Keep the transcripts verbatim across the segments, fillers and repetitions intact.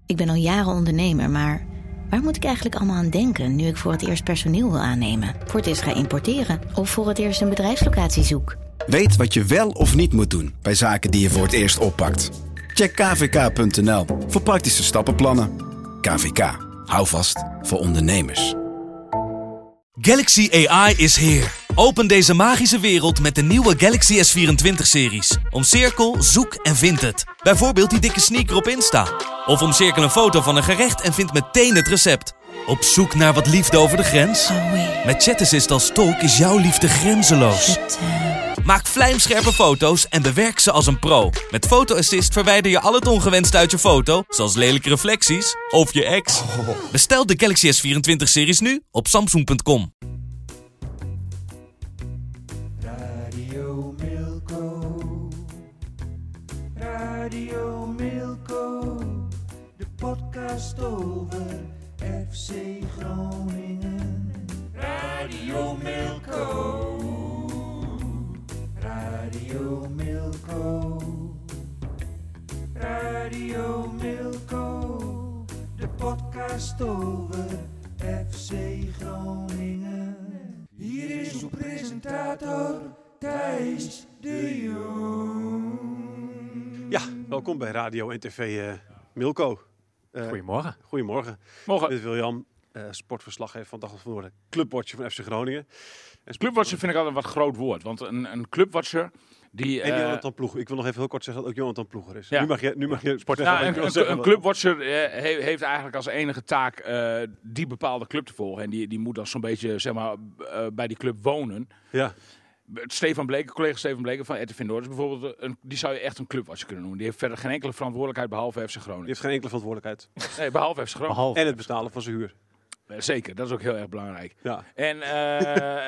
Ik ben al jaren ondernemer, maar waar moet ik eigenlijk allemaal aan denken nu ik voor het eerst personeel wil aannemen, voor het eerst ga importeren of voor het eerst een bedrijfslocatie zoek? Weet wat je wel of niet moet doen bij zaken die je voor het eerst oppakt. Check k v k punt n l voor praktische stappenplannen. K V K. Hou vast voor ondernemers. Galaxy A I is here. Open deze magische wereld met de nieuwe Galaxy S vierentwintig-series. Omcirkel, zoek en vind het. Bijvoorbeeld die dikke sneaker op Insta. Of omcirkel een foto van een gerecht en vind meteen het recept. Op zoek naar wat liefde over de grens? Oh, oui. Met ChatAssist als tolk is jouw liefde grenzeloos. Shit, uh... Maak vlijmscherpe foto's en bewerk ze als een pro. Met Photo Assist verwijder je al het ongewenste uit je foto, zoals lelijke reflecties of je ex. Bestel de Galaxy S vierentwintig-series nu op samsung punt com. Radio Milko, Radio Milko, de podcast over F C Groningen. Radio Milko, Radio Milko, Radio Milko, de podcast over F C Groningen. Hier is uw presentator Thijs de Jong. Ja, welkom bij Radio en T V uh, Milko. Uh, Goedemorgen. Goedemorgen. Morgen. Dit is William, uh, sportverslaggever van Dag van Noorden, clubwatcher van F C Groningen. En Clubwatcher vind ik altijd een wat groot woord, want een, een clubwatcher die... En uh, Jonathan Ploeger. Ik wil nog even heel kort zeggen dat ook Jonathan Ploeger is. Ja. Nu mag je, nu mag je sport ja, zeggen. een, een, een clubwatcher uh, he, heeft eigenlijk als enige taak uh, die bepaalde club te volgen. En die, die moet dan zo'n beetje zeg maar, uh, bij die club wonen. Ja. Stefan Bleken, collega Stefan Bleken van R T V Noord is bijvoorbeeld, een, die zou je echt een clubwatcher kunnen noemen. Die heeft verder geen enkele verantwoordelijkheid behalve F C Groningen. Die heeft geen enkele verantwoordelijkheid. Nee, behalve F C Groningen. Behalve. En het betalen van zijn huur. Uh, zeker, dat is ook heel erg belangrijk. Ja. En, uh,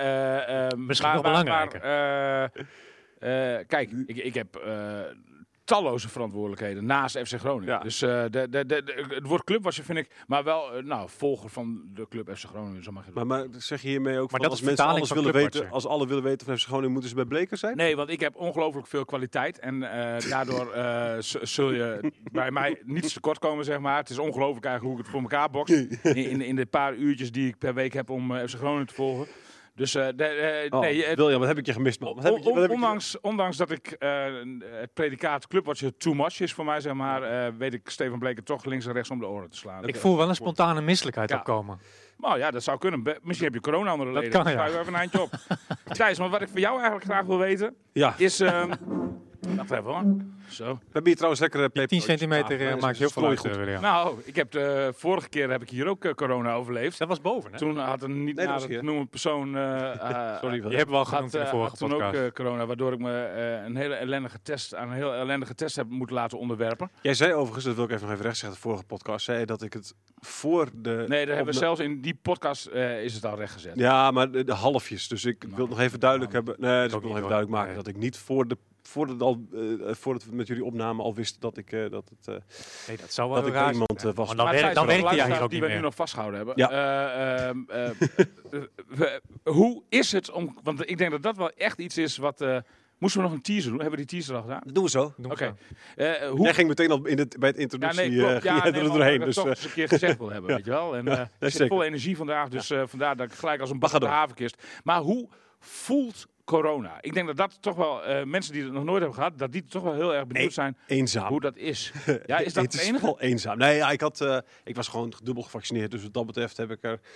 uh, uh, Misschien maar, nog maar, belangrijker. Maar, uh, uh, kijk, ik, ik heb uh, talloze verantwoordelijkheden naast F C Groningen. Ja. Dus uh, de, de, de, de, het woord clubwatcher vind ik, maar wel uh, nou, volger van de club F C Groningen. Zo mag je Maar, maar zeg je hiermee ook Maar van dat als is mensen vertaling alles van willen clubwatcher. weten, als alle willen weten van F C Groningen, moeten ze bij Bleker zijn? Nee, want ik heb ongelooflijk veel kwaliteit. En uh, daardoor uh, z- zul je bij mij niets tekort komen, zeg maar. Het is ongelooflijk eigenlijk hoe ik het voor elkaar box. In, in, in de paar uurtjes die ik per week heb om uh, F C Groningen te volgen. Dus uh, de, uh, Oh, nee, het, William, wat heb ik je gemist, man? Wat heb ik, je- wat heb ik je- ondanks, ondanks dat ik uh, het predicaat clubwatcher too much is voor mij, zeg maar, uh, weet ik Stefan Bleken toch links en rechts om de oren te slaan. Ik voel wel een spontane misselijkheid Ja. opkomen. Nou ja, dat zou kunnen. Be- Misschien heb je corona onder de Dat leden. kan, ja. Schuif even een eindje op. Thijs, maar wat ik van jou eigenlijk graag wil weten, Ja, is... Uh, wacht even hoor. Zo. we hebben hier trouwens lekkere peper. tien centimeter uh, maakt heel veel uit, goed. uh, William. Nou, ik heb de vorige keer heb ik hier ook uh, corona overleefd. Dat was boven, hè? Toen had een niet Nee, dat naar was het hier. noemen persoon uh, uh, Sorry, Je William. hebt wel had, genoemd in de uh, vorige had toen podcast. ook uh, corona, waardoor ik me uh, een hele ellendige test aan een heel ellendige test heb moeten laten onderwerpen. Jij zei overigens, dat wil ik even nog even recht zeggen, de vorige podcast, zei je dat ik het voor de... Nee, daar hebben we opna- zelfs in die podcast uh, is het al rechtgezet. Ja, maar de, de halfjes. Dus ik Nou, wil nog even duidelijk nou, hebben. Nee, dus ik ook wil nog niet, even hoor. duidelijk maken Nee. dat ik niet voor de voordat het al uh, voordat we met jullie opnamen al wist dat ik uh, dat het uh, Nee, dat zou wel dat ik raar iemand zijn. uh, was. Maar dan Maar werkt, Thijs, dan voor de werkt hij hier luisteraars ook die niet we nu meer. nog vastgehouden hebben. Ja. Uh, um, uh, we- hoe is het om... Want ik denk dat dat wel echt iets is wat... Uh, moesten we nog een teaser doen? Hebben we die teaser al gedaan? Dat doen we zo. Doen we Oké. zo. Uh, hoe... Jij ging meteen al in het, bij het Ja, introductie nee, klopt. uh, Ja, ging jij nee, er maar doorheen. dat Dus ik uh, toch eens een keer gezegd wil hebben, weet je wel. En uh, Ja, ik dat is zit vol zeker. energie vandaag, dus uh, vandaar dat ik gelijk als een Maar bak ga op de door. havenkist. Maar hoe voelt corona? Ik denk dat dat toch wel, uh, mensen die het nog nooit hebben gehad, dat die toch wel heel erg benieuwd Nee. zijn eenzaam. hoe dat is. Ja, is dat het het is enige? wel eenzaam. Nee, ja, ik had, uh, ik was gewoon dubbel gevaccineerd, dus wat dat betreft heb ik er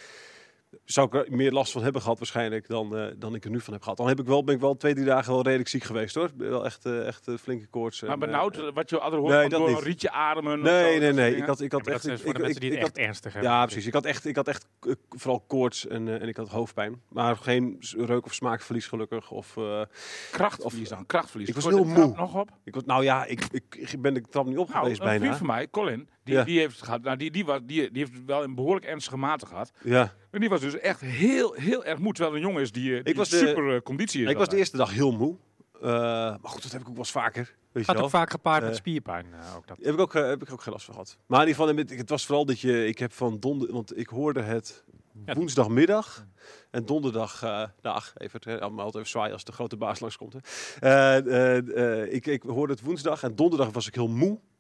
zou ik er meer last van hebben gehad waarschijnlijk dan, uh, dan ik er nu van heb gehad. Dan heb ik wel, ben ik wel twee, drie dagen wel redelijk ziek geweest hoor. Wel echt, uh, echt uh, flinke koorts. Maar en, benauwd, uh, wat je altijd hoort, nee, van dat door niet. een rietje ademen. of Nee, zo, nee, dat soort nee. dingen. Ik had, ik Ja, had maar echt... dat is voor ik, de mensen ik, die het ik echt had, ernstig hebben. ja, precies. Ik had echt, ik had echt uh, vooral koorts en, uh, en ik had hoofdpijn. Maar geen s- reuk- of smaakverlies gelukkig. Of, uh, Krachtverlies dan, krachtverlies. Ik was Gooi heel de trap moe. nog op. ik was, nou ja, ik, ik, ik ben de trap niet op Nou, geweest een vriend bijna. van mij, Colin, die, Ja. die heeft het gehad. Nou, die, die, was, die, die heeft het wel in behoorlijk ernstige mate gehad. Ja. En die was dus echt heel, heel erg moe. Terwijl een jongen is die, die Ik was de- super uh, conditie is. Ik was de altijd. eerste dag heel moe. Uh, maar goed, dat heb ik ook wel eens vaker. Weet je Gaat wel. ook vaak gepaard met Eh, spierpijn. uh, ook dat. Heb ik ook, uh, heb ik ook geen last van gehad. Maar in ieder geval, het was vooral dat je, ik heb van donder, want ik hoorde het Ja. woensdagmiddag en donderdag, uh, dag, even, uh, allemaal altijd even zwaaien als de grote baas langskomt. Hè. Uh, uh, uh, ik, ik hoorde het woensdag en donderdag was ik heel moe.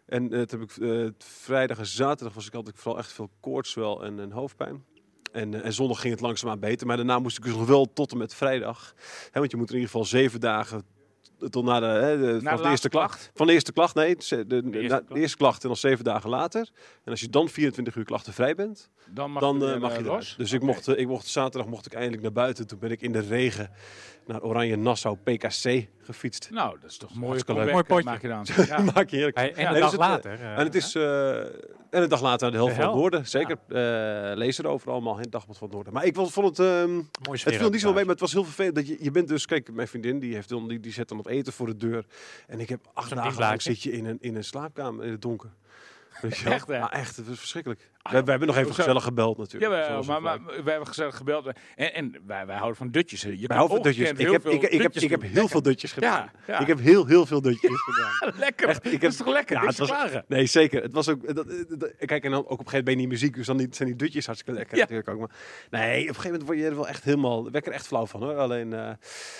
En uh, toen heb ik uh, vrijdag en zaterdag was ik altijd vooral echt veel koortswel en, en hoofdpijn. En, uh, en zondag ging het langzaamaan beter. Maar daarna moest ik dus nog wel tot en met vrijdag. Hè, want je moet in ieder geval zeven dagen tot na de, hè, de, Na van de de eerste klacht. klacht. Van de eerste klacht, nee. De, de, de, eerste na, klacht. de eerste klacht en dan zeven dagen later. En als je dan vierentwintig uur klachtenvrij bent, Dan mag dan je, uh, weer, mag uh, je los. eruit. Dus ik, Oké. mocht, uh, ik mocht zaterdag mocht ik eindelijk naar buiten. Toen ben ik in de regen naar Oranje Nassau P K C gefietst. Nou, dat is toch een mooie Hartstikke leuk. comeback, Mooi eh, potje. maak je dan. Ja. Maak je heerlijk. Hey, en Ja, een nee, dag dus het, later. uh, En het is uh, en een dag later de helft De van het hel. noorden. Zeker. Uh, lees erover allemaal. Het dagblad van het noorden. Maar ik vond vond het. Um, mooie het sfeer viel niet zo ook mee, maar het was heel vervelend. Dat je, je bent dus, kijk, mijn vriendin die heeft dan, die, die zet dan op eten voor de deur. En ik heb acht Zo'n dagen lang dienblaadje. zit je in een, in een slaapkamer in het donker. Weet je wel? Echt, hè? Ja, echt. Het was verschrikkelijk. We, we hebben nog even hoezo? gezellig gebeld natuurlijk. Ja, Zoals maar, het maar, lijkt. maar wij hebben gezellig gebeld. En, en wij, wij houden van dutjes. hè. Je Wij kan houden van dutjes. ongekend Ik heel heb, veel ik, ik, heb, dutjes ik heb doen. heel veel dutjes gedaan. Ja, ja. Ik heb heel, heel veel dutjes gedaan. Lekker. Echt, ik dat heb- is toch lekker? Ja, Niks het te was- klagen. Nee, zeker. Het was ook. Dat, dat- dat- kijk, en dan ook op een gegeven moment ben je niet muziek, dus dan niet, zijn die dutjes hartstikke lekker Ja. natuurlijk ook. Maar nee, op een gegeven moment word je er wel echt helemaal. Werd ik er echt flauw van hoor. Alleen eh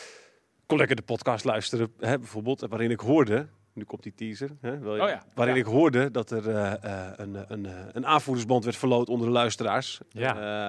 kon lekker de podcast luisteren, hè, bijvoorbeeld, waarin ik hoorde. Nu komt die teaser. Hè, wil je, Oh ja. waarin Ja. ik hoorde dat er eh, eh, een, een, eh, een aanvoerdersband werd verloot onder de luisteraars. Ja.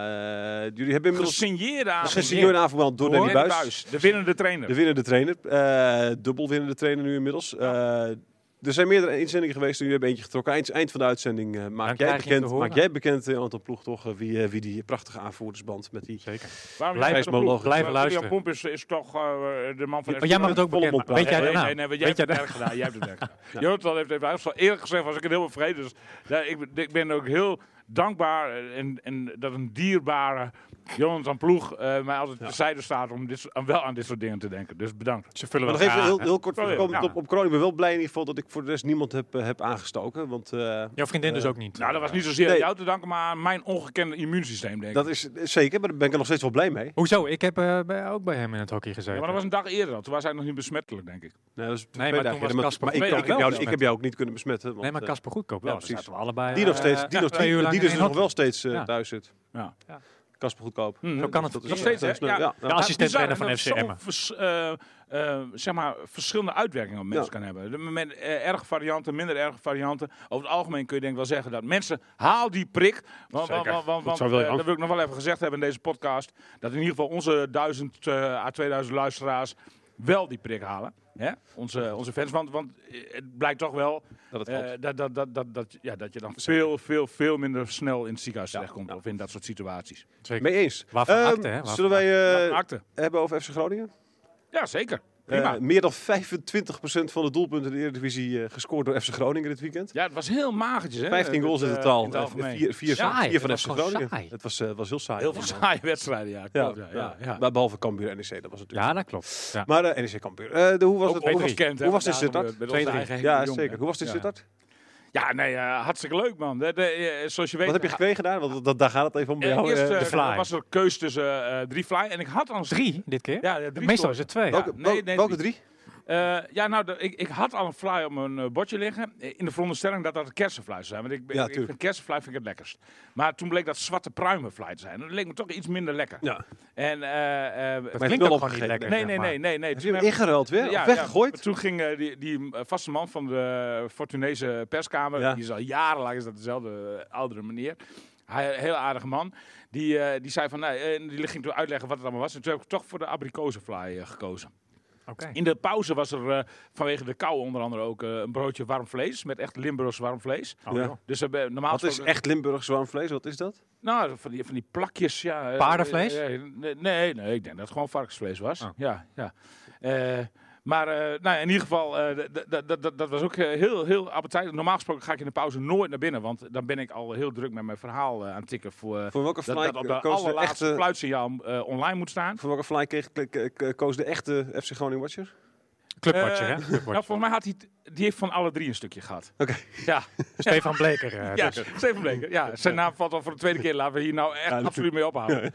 Eh, jullie hebben inmiddels Gesigneerde aan. gesigneerde aanvoerdersband door Danny Danny Buis. Buis, de winnende trainer. De winnende trainer. Eh dubbel winnende trainer nu inmiddels. Eh, er zijn meerdere inzendingen geweest. Jullie hebben eentje getrokken. Eind, eind van de uitzending uh, maak, jij krijg je hem bekend, te horen. maak jij bekend, uh, Anton Ploeg, toch, uh, wie, uh, wie die prachtige aanvoerdersband met die... Zeker. Waarom Blijf- jij blijven blijven Julian luisteren. Pomp is, is toch uh, de man van... Oh, jij mag het ook Volle bekend mond maken. Weet jij praten. de Nee, naam? nee, nee, jij Weet hebt jij het de werk gedaan. Jij hebt het werk gedaan. Jonathan heeft even uitgesproken. Eerlijk gezegd was ik er heel tevreden. Dus ja, ik, ik ben ook heel dankbaar en, en dat een dierbare Jonathan Ploeg uh, mij altijd Ja. terzijde staat om dit, om wel aan dit soort dingen te denken. Dus bedankt. Ze vullen Maar wel nog even graag, heel, hè. heel kort Oh, ja. voorkomend Ja. op, op Kroning. Ik ben wel blij in ieder geval dat ik voor de rest niemand heb, uh, heb aangestoken. Want uh, Jouw vriendin dus Eh, ook niet. Nou, dat was niet zozeer Nee. aan jou te danken, maar aan mijn ongekende immuunsysteem, denk ik. dat is uh, zeker, maar daar ben ik er nog steeds wel blij mee. Hoezo? Ik heb uh, bij, ook bij hem in het hockey gezeten. Ja, maar dat was een dag eerder al. Toen was hij nog niet besmettelijk, denk ik. Nee, dat is twee maar toen dagen was eerder, maar, Casper maar ik, twee ik, dagen heb jou, wel ik heb jou ook niet kunnen besmetten. Want, nee, maar uh, Casper Goedkoop wel. ja, We precies. zaten we allebei. die nog steeds, eh, die nog, twee uur die, lang die in dus één nog wel hockey. steeds uh, Ja. thuis zit. Ja. Kasper Goedkoop. Hm. Zo kan het. Dat is Nog steeds, hè? dat is leuk. Ja. Ja, De ja. assistent-trainer van bizar F C dat Emmen. zo'n vers- eh, eh, zeg maar, verschillende uitwerkingen op mensen Ja. kan hebben. De- Met eh, erge varianten, minder erge varianten. Over het algemeen kun je denk ik wel zeggen dat mensen, haal die prik. Want, Zeker. want, want, Goed want zo, William. eh, dat wil ik nog wel even gezegd hebben in deze podcast. Dat in ieder geval onze duizend à tweeduizend luisteraars wel die prik halen. Hè? Onze, onze fans. Want, want eh, het blijkt toch wel Dat het eh, helpt. dat, dat, dat, dat, dat, ja, dat je dan veel, veel, veel minder snel in het ziekenhuis Ja. terechtkomt. Ja. Of in dat soort situaties. Zeker. Mee eens. Waarvan Ehm, akte, hè? Waarvan zullen wij Wat uh, een akte. hebben over F C Groningen? Ja, zeker. Prima. Uh, meer dan vijfentwintig procent van de doelpunten in de Eredivisie uh, gescoord door F C Groningen dit weekend. Ja, het was heel magertjes. Hè? vijftien goals in Het, eh, totaal. in het Uh, algemeen. vier, vier, Saai, vier van het F C was gewoon Groningen. saai. Het was, uh, was heel saai. Heel veel saaie wedstrijden, ja. Ja, Klopt, ja, ja, ja, ja. Maar behalve Cambuur en N E C, dat was natuurlijk. Ja, dat klopt. Ja. Maar uh, N E C Cambuur. Uh, de, hoe was Ook het? Hoe was, ongekend, hè, hoe was het in wat daar Sittard? gebeurt met twee onze drie. eigen Ja, jongen. zeker. Hoe was het in Ja. Sittard? Ja, nee, uh, hartstikke leuk, man. De, de, eh, zoals je weet... Wat heb je gekregen daar? Want dat, daar gaat het even om bij eh, jou. eerst uh, eh, de fly. was er een keus tussen eh, drie fly. En ik had al een... Drie dit keer? Ja, ja, drie Meestal is soorten. het twee. welke nee, wel- nee, welke drie. drie? Uh, ja, nou, de, ik, ik had al een fly op mijn uh, bordje liggen. In de veronderstelling dat dat een kersenfly zou zijn. Want ik, ben- Ja, ik tuurlijk. vind kersenfly vind ik het lekkerst. Maar toen bleek dat zwarte pruimenfly te zijn. Dat leek me toch iets minder lekker. Ja. En, uh, uh, Dat Maar klinkt wel ook gewoon niet opgegeten. lekker. nee, zeg nee, maar. nee, nee, nee. Heb je Toen hem heb- ingeruild weer? Ja, of weggegooid? ja. Toen ging uh, die, die uh, vaste man van de Fortunese perskamer, Ja. die is al jarenlang is dat dezelfde uh, oudere meneer, hij, een heel aardige man, die, uh, die zei van, nee, uh, die ging toen uitleggen wat het allemaal was. En toen heb ik toch voor de abrikozenfly uh, gekozen. Oké. In de pauze was er uh, vanwege de kou onder andere ook uh, een broodje warm vlees, met echt Limburgs warm vlees. Oh, Ja. joh. Dus uh, normaal Wat is gesproken- echt Limburgs warm vlees? Wat is dat? Nou, van die, van die plakjes, ja. eh, Paardenvlees? eh, eh, nee, nee, nee, ik denk dat het gewoon varkensvlees was. Oh. Ja, ja. Eh, maar uh, nou, ja, in ieder geval, uh, d- d- d- dat was ook uh, heel, heel appetijtelijk. Normaal gesproken ga ik in de pauze nooit naar binnen, want dan ben ik al heel druk met mijn verhaal uh, aan het tikken voor uh, Voor welke dat, fly dat op de koos de allerlaatste echte... fluitsignaal uh, online moet staan. Voor welke fly kreeg, k- k- koos de echte F C Groningen Watcher? Clubwatcher, hè? Eh, Clubwatcher. Nou, volgens mij had hij, t- die heeft van alle drie een stukje gehad. Oké. Ja, Stefan Bleker. eh, ja, dus. Steven Bleker. Ja, zijn naam valt al voor de tweede keer. Laten we hier nou echt Ja, absoluut mee ophouden.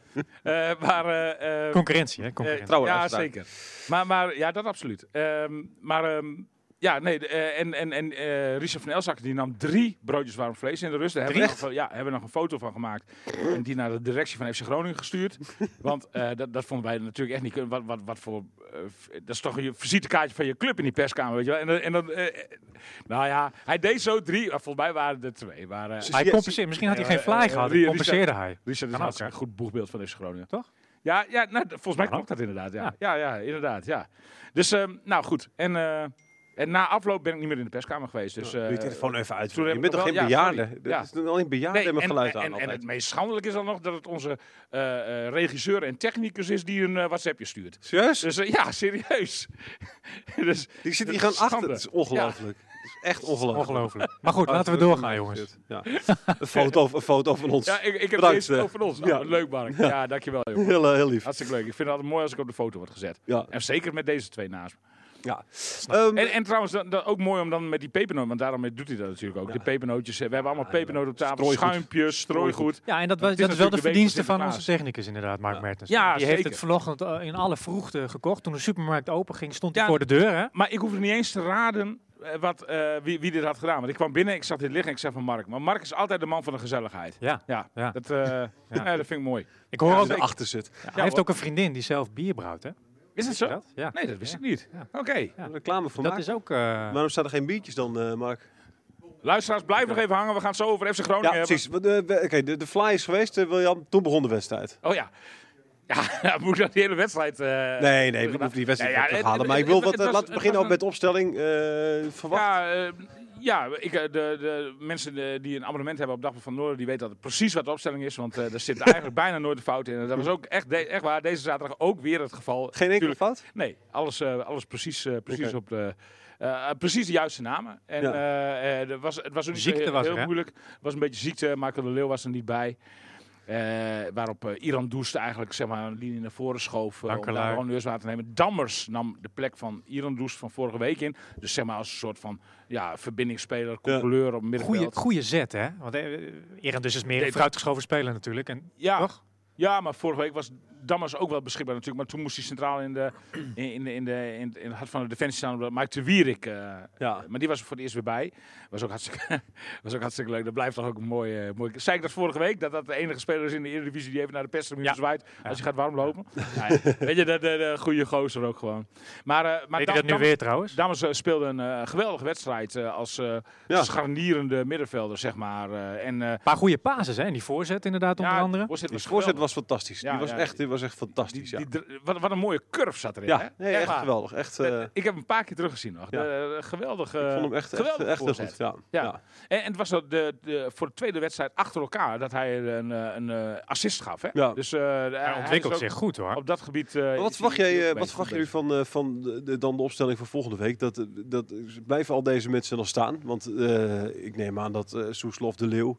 Eh, maar, eh, eh, Concurrentie, hè? Eh, Concurrentie. Trouwe ja, luisteraar. zeker. Maar, maar ja, dat absoluut. Ehm, maar ehm, Ja, nee, de, uh, en, en, en uh, Richard van Elzakker die nam drie broodjes warm vlees in de rust. Daar hebben we, nog, ja, hebben we nog een foto van gemaakt. En die naar de directie van F C Groningen gestuurd. Want uh, dat, dat vonden wij natuurlijk echt niet kunnen. Wat, wat, wat voor, uh, dat is toch een visitekaartje van je club in die perskamer, weet je wel. En, en dan, uh, nou ja, hij deed zo drie. Volgens mij waren er twee. Maar, uh, hij compenseerde. Misschien had hij geen fly gehad. Uh, compenseerde Richard, hij. Richard is hartstikke een goed boegbeeld van F C Groningen. Toch? Ja, ja nou, volgens mij klopt dat inderdaad. Ja, ja, ja, ja inderdaad. Ja. Dus, uh, nou goed. En... Uh, En na afloop ben ik niet meer in de perskamer geweest. Dus, ja, uh, je telefoon even uit. Je bent toch geen ja, bejaarde? Dat ja. is alleen bejaarde nee, met en, geluid en, aan. En, en het meest schandelijk is dan nog dat het onze uh, uh, regisseur en technicus is die een uh, WhatsAppje stuurt. Serieus? Dus uh, ja, serieus. dus, die zit hier gewoon achter. Het is ongelooflijk. Ja. Het is echt ongelooflijk. ongelooflijk. Maar goed, laten we doorgaan, jongens. Ja. Een, foto, een foto van ons. Ja, ik, ik heb Bedankt, deze van ons. Oh, ja. Leuk, Mark. Ja, ja dankjewel, jongen. Heel, heel lief. Hartstikke leuk. Ik vind het altijd mooi als ik op de foto word gezet. Ja. En zeker met deze twee naast me. Ja. Um, en, en trouwens, dat, dat ook mooi om dan met die pepernoten, want daarom doet hij dat natuurlijk ook. Ja. De pepernootjes, we hebben allemaal pepernoten op tafel, strooigoed. Schuimpjes, strooigoed. Ja, en dat, was, dat, dat is, is wel de verdienste de van onze technicus inderdaad, Mark ja. Mertens. Ja, die zeker. heeft het vanochtend in alle vroegte gekocht. Toen de supermarkt open ging, stond hij ja, voor de deur. Hè? Maar ik hoefde niet eens te raden wat, uh, wie, wie dit had gedaan. Want ik kwam binnen, ik zag dit liggen en ik zei van Mark. Maar Mark is altijd de man van de gezelligheid. Ja. Ja, ja. Dat, uh, ja. ja, dat vind ik mooi. Ik hoor ja, ook erachter zit. Ja, hij heeft ook een vriendin die zelf bier brouwt, hè? Is het zo? Dat? Ja. Nee, dat wist ja. ik niet. Ja. Oké. Okay. Ja, reclame voor Dat Mark. is ook... Uh... Waarom staan er geen biertjes dan, uh, Mark? Luisteraars, blijf nog even hangen. We gaan het zo over F C Groningen ja, hebben. precies. Oké, okay, de, de fly is geweest, uh, William. Toen begon de wedstrijd. Oh ja. Ja, moet ik dat de hele wedstrijd... Uh, nee, nee, we hoeven die wedstrijd ja, ja, ja, te halen. Het, maar het, ik wil het, wat, het was, laten we beginnen ook een... met de opstelling. Uh, verwacht. Ja, uh, ja ik, de, de mensen de, die een abonnement hebben op Dagblad van Noorden, die weten dat het precies wat de opstelling is. Want uh, er zit eigenlijk bijna nooit een fout in. En dat was ook echt, de, echt waar. Deze zaterdag ook weer het geval. Geen enkele fout? Nee, alles, uh, alles precies, uh, precies okay. op de... Uh, precies de juiste namen. En ja. uh, uh, er was, het was ook niet ziekte heel, was heel er, moeilijk. Het was een beetje ziekte. Michael de Leeuw was er niet bij. Uh, waarop uh, Iran Doest eigenlijk zeg maar, een linie naar voren schoof uh, om daar honneurs te nemen. Dammers nam de plek van Iran Doest van vorige week in. Dus zeg maar als een soort van ja, verbindingsspeler, controleur ja. op middenveld. Goeie zet, hè? Want uh, Iran Doest is meer een vooruitgeschoven speler natuurlijk. En, ja. Toch? Ja, maar vorige week was Dammers ook wel beschikbaar natuurlijk. Maar toen moest hij centraal in, de, in, in, de, in, de, in, in het hart van de defensie staan. Mike de Wierik. Uh, ja. Maar die was er voor het eerst weer bij. Was ook hartstikke, was ook hartstikke leuk. Dat blijft toch ook een mooie... mooie... Zei ik dat vorige week? Dat dat de enige speler is in de Eredivisie die even naar de perstribune ja. zwaait. Ja. Als je gaat warm lopen. Ja, ja. Weet je, de, de, de goede gozer ook gewoon. Maar, uh, maar Weet je dat nu weer trouwens? Dammers uh, speelde een uh, geweldige wedstrijd uh, als uh, ja. scharnierende middenvelder, zeg maar. Uh, en, uh, een paar goede passes, hè? En die voorzet inderdaad onder ja, andere. Voorzet die voorzet was fantastisch. Ja, die was, ja, echt, die was echt fantastisch. Die, ja. die, die, wat, wat een mooie curve zat erin. Ja, hè? nee, echt, echt geweldig. Echt, uh, ik heb hem een paar keer teruggezien nog. Ja. De, de, geweldige. Ik vond hem echt, echt, echt heel goed. Ja. Ja. Ja. En, en het was de, de, de, voor de tweede wedstrijd achter elkaar dat hij een, een, een assist gaf. Hè? Ja. Dus, uh, hij ontwikkelt zich goed hoor. Op dat gebied. Uh, wat verwacht jij? Uh, wat verwacht jullie van, uh, van de, de, dan de opstelling voor volgende week? Dat, dat blijven al deze mensen nog staan? Want uh, ik neem aan dat uh, Soeslof, de Leeuw